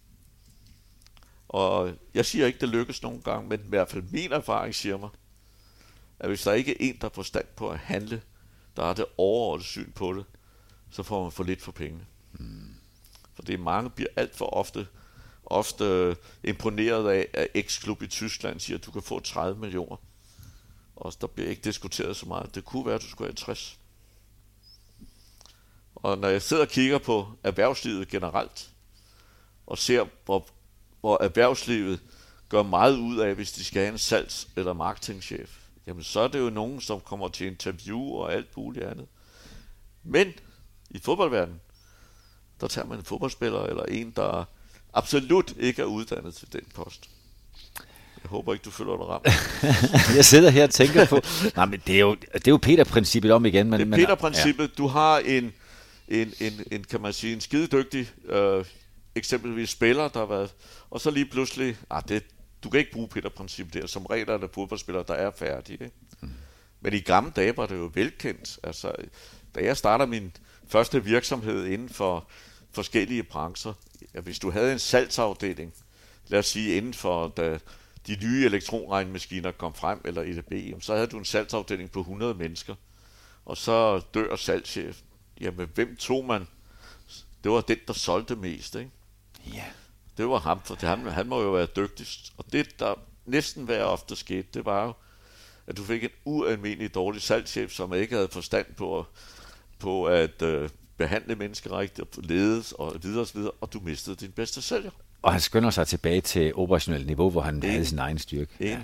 Og jeg siger ikke, det lykkes nogen gang, men i hvert fald min erfaring siger mig, at hvis der ikke er en, der er på stand på at handle, der har det overordnede syn på det, så får man for lidt for pengene. Mm. For det er mange, bliver alt for ofte, ofte imponeret af, at X-klub i Tyskland siger, at du kan få tredive millioner. Og der bliver ikke diskuteret så meget. Det kunne være, at du skulle have tres. Og når jeg sidder og kigger på erhvervslivet generelt, og ser, hvor, hvor erhvervslivet gør meget ud af, hvis de skal have en salgs- eller marketingchef, jamen så er det jo nogen, som kommer til interview og alt muligt andet. Men i fodboldverdenen, der tager man en fodboldspiller eller en, der absolut ikke er uddannet til den post. Jeg håber ikke, du føler dig ramt. Jeg sidder her og tænker på, nej, men det er jo, det er jo Peter-princippet om igen. Men, det er Peter-princippet. Ja. Du har en, en, en, en, kan man sige, en skidedygtig, øh, eksempelvis spiller, der har været, og så lige pludselig, ah, det, du kan ikke bruge Peter-princippet der. Som regel er der fodboldspillere, der er færdige. Ikke? Mm. Men i gamle dage var det jo velkendt. Altså, da jeg starter min første virksomhed inden for forskellige brancher, ja, hvis du havde en salgsafdeling, lad os sige inden for, da de nye elektronregnemaskiner kom frem, eller E D B, så havde du en salgsafdeling på hundrede mennesker, og så dør salgschef. Jamen, hvem tog man? Det var den, der solgte mest, ikke? Ja. Det var ham, for det, han, han må jo være dygtigst. Og det, der næsten hver ofte skete, det var jo, at du fik en ualmindelig dårlig salgschef, som ikke havde forstand på, på at øh, behandle mennesker rigtigt, ledes og videre og videre, og du mistede din bedste sælger. Og han skynder sig tilbage til operationelt niveau, hvor han en. havde sin egen styrke. Ja.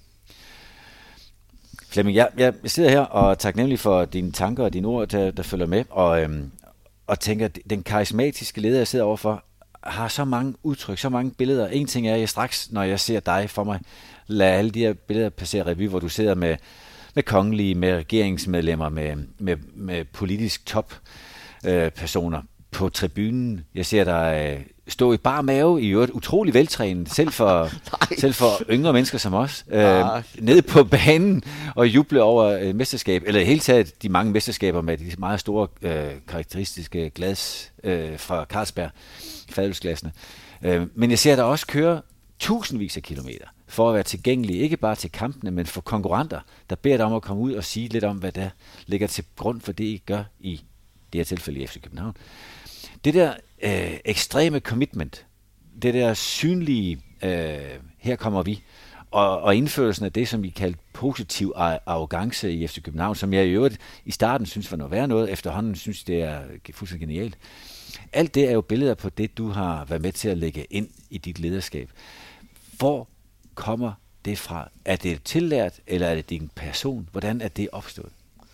Flemming, jeg, jeg sidder her og er taknemmelig for dine tanker og dine ord, der, der følger med, og, øhm, og tænker, at den karismatiske leder, jeg sidder overfor, har så mange udtryk, så mange billeder. En ting er, at jeg straks, når jeg ser dig for mig, lader alle de her billeder passere revy, hvor du sidder med, med kongelige, med regeringsmedlemmer, med, med, med politisk top øh, personer på tribunen. Jeg ser dig øh, stå i bar mave, i øvrigt utrolig veltrænet, selv for, selv for yngre mennesker som os, øh, nede på banen og juble over øh, mesterskab, eller i hele taget de mange mesterskaber med de meget store øh, karakteristiske glas øh, fra Carlsberg, fadølsglasene. Øh, men jeg ser dig også køre tusindvis af kilometer for at være tilgængelig, ikke bare til kampene, men for konkurrenter, der beder dig om at komme ud og sige lidt om, hvad der ligger til grund for det, I gør i det her tilfælde i F C København. Det der øh, ekstreme commitment, det der synlige, øh, her kommer vi, og, og indførelsen af det, som vi kaldte positiv arrogance i F C København, som jeg i øvrigt i starten synes var noget værd noget, efterhånden synes det er fuldstændig genialt. Alt det er jo billeder på det, du har været med til at lægge ind i dit lederskab. Hvor kommer det fra? Er det tillært, eller er det din person? Hvordan er det opstået?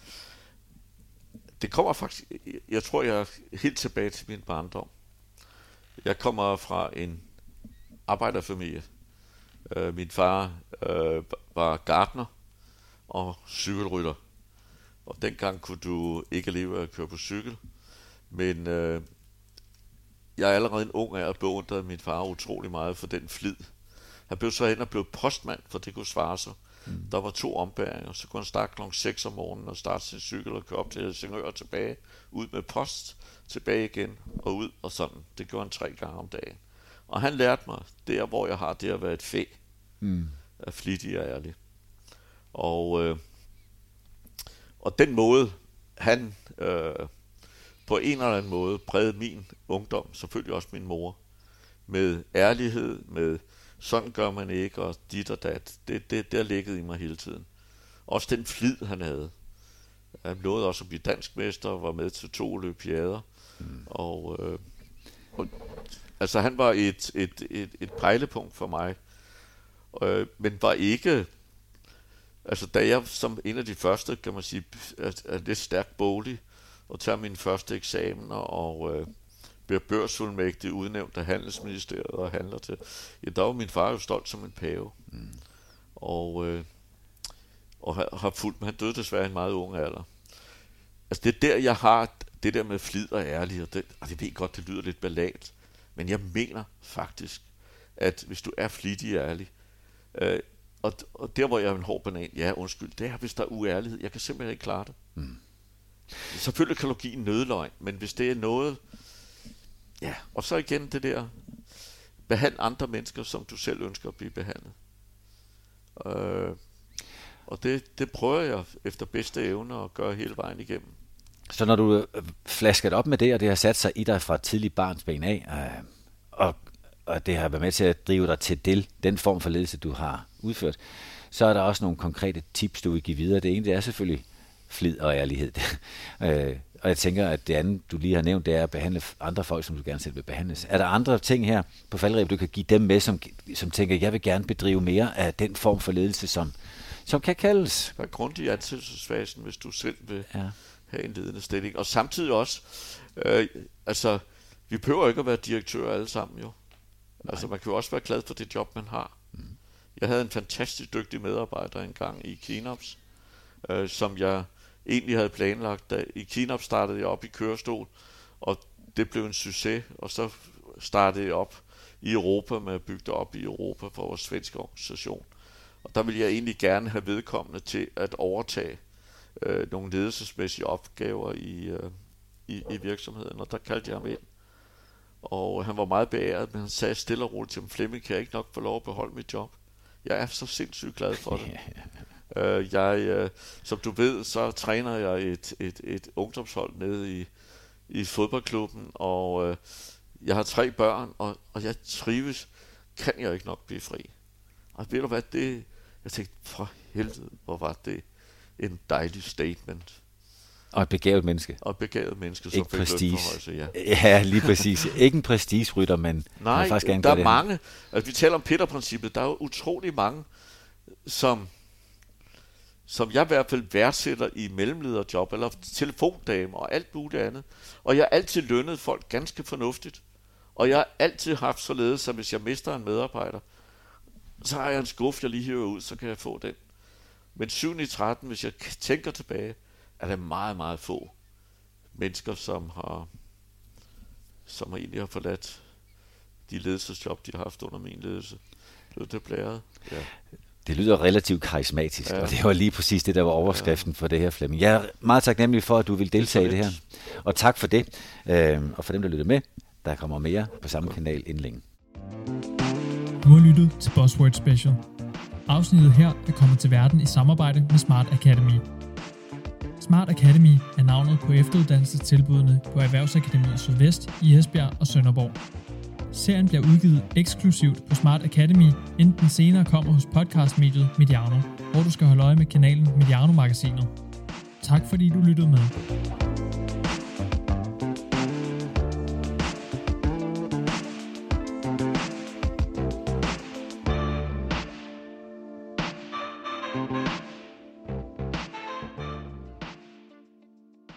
Det kommer faktisk, jeg tror, jeg er helt tilbage til min barndom. Jeg kommer fra en arbejderfamilie. Øh, min far øh, var gartner og cykelrytter. Og dengang kunne du ikke leve af at køre på cykel. Men øh, jeg er allerede en ung af at beundre min far utrolig meget for den flid. Han blev så hen og blev postmand, for det kunne svare sig. Mm. Der var to ombæringer, så kunne han starte klokken seks om morgenen og starte sin cykel og køre op til Helsingør og tilbage, ud med post, tilbage igen og ud og sådan. Det gjorde han tre gange om dagen. Og han lærte mig, der hvor jeg har det at være et fæ, mm. er flittig og ærlig. Og, øh, og den måde, han øh, på en eller anden måde prægede min ungdom, selvfølgelig også min mor, med ærlighed, med sådan gør man ikke, og dit og dat. Det, det, det har ligget i mig hele tiden. Også den flid, han havde. han nåede også at blive dansk mester, var med til to olympiader. Mm. Og, øh, og altså han var et, et, et, et pejlepunkt for mig. Øh, men var ikke... Altså da jeg som en af de første, kan man sige, er, er lidt stærkt boglig, og tager mine første eksamener, og øh, bliver børsfuldmægtig udnævnt af Handelsministeriet og handler til. Ja, der var min far jo stolt som en pave. Mm. Og, øh, og har, har fulgt, men han døde desværre i en meget ung alder. Altså det er der, jeg har det der med flid og ærlighed. Det, og det ved godt, det lyder lidt banalt, men jeg mener faktisk, at hvis du er flittig og ærlig, øh, og, og der hvor jeg er en hård banan, ja undskyld, det er hvis der er uærlighed. Jeg kan simpelthen ikke klare det. Mm. Selvfølgelig kan du give en nødløgn, men hvis det er noget, ja, og så igen det der, behandle andre mennesker, som du selv ønsker at blive behandlet. Øh, og det, det prøver jeg efter bedste evne at gøre hele vejen igennem. Så når du flasket op med det, og det har sat sig i dig fra tidlig barnsben af, øh, og, og det har været med til at drive dig til del, den form for ledelse, du har udført, så er der også nogle konkrete tips, du vil give videre. Det ene, det er selvfølgelig flid og ærlighed. øh, og jeg tænker, at det andet, du lige har nævnt, det er at behandle andre folk, som du gerne selv vil behandles. Er der andre ting her på faldrebet, du kan give dem med, som, som tænker, jeg vil gerne bedrive mere af den form for ledelse, som, som kan kaldes? Vær grundig i ansættelsesfasen, hvis du selv vil ja. have en ledende stilling. Og samtidig også, øh, altså, vi behøver ikke at være direktører alle sammen jo. Nej. Altså, man kan jo også være glad for det job, man har. Mm. Jeg havde en fantastisk dygtig medarbejder engang i Kinops, øh, som jeg egentlig havde planlagt. Da, I Kinops startede jeg op i kørestol, og det blev en succes, og så startede jeg op i Europa med at bygge det op i Europa for vores svenske organisation. Og der ville jeg egentlig gerne have vedkommende til at overtage øh, nogle ledelsesmæssige opgaver i, øh, i, i virksomheden, og der kaldte jeg ham ind. Og han var meget beæret, men han sagde stille og roligt til ham, Flemming, kan jeg ikke nok få lov at beholde mit job? Jeg er så sindssygt glad for det. uh, jeg, uh, som du ved, så træner jeg et, et, et ungdomshold nede i, i fodboldklubben, og uh, jeg har tre børn, og, og jeg trives. Kan jeg ikke nok blive fri? Og ved du hvad, det... Jeg tænkte, for helvede, hvor var det en dejlig statement. Og et begavet menneske. Og et begavet menneske, som ikke fik lønforhøjelse, ja. Ja, lige præcis. Ikke en prestigerytter, men nej, faktisk gerne der er mange. Altså, vi taler om Peter-princippet. Der er jo utrolig mange, som, som jeg i hvert fald værdsætter i mellemlederjob, eller telefondame og alt muligt andet. Og jeg har altid lønnet folk ganske fornuftigt. Og jeg har altid haft således, at hvis jeg mister en medarbejder, så har jeg en skuff, jeg lige hiver ud, så kan jeg få den. Men syv i tretten, hvis jeg tænker tilbage, er der meget, meget få mennesker, som har, som egentlig har forladt de ledelsesjob, de har haft under min ledelse. Det er blæret. Ja. Det lyder relativt karismatisk, ja. Og det var lige præcis det, der var overskriften ja. for det her, Flemming. Jeg er meget taknemmelig for, at du vil deltage i det her. Og tak for det. Øhm, og for dem, der lytter med, der kommer mere på samme kanal inden længe. Du har lyttet til Buzzword Special. Afsnittet her er kommet til verden i samarbejde med Smart Academy. Smart Academy er navnet på efteruddannelsestilbudene på Erhvervsakademiet Sydvest i Esbjerg og Sønderborg. Serien bliver udgivet eksklusivt på Smart Academy, inden den senere kommer hos podcastmediet Mediano, hvor du skal holde øje med kanalen Mediano Magasinet. Tak fordi du lyttede med.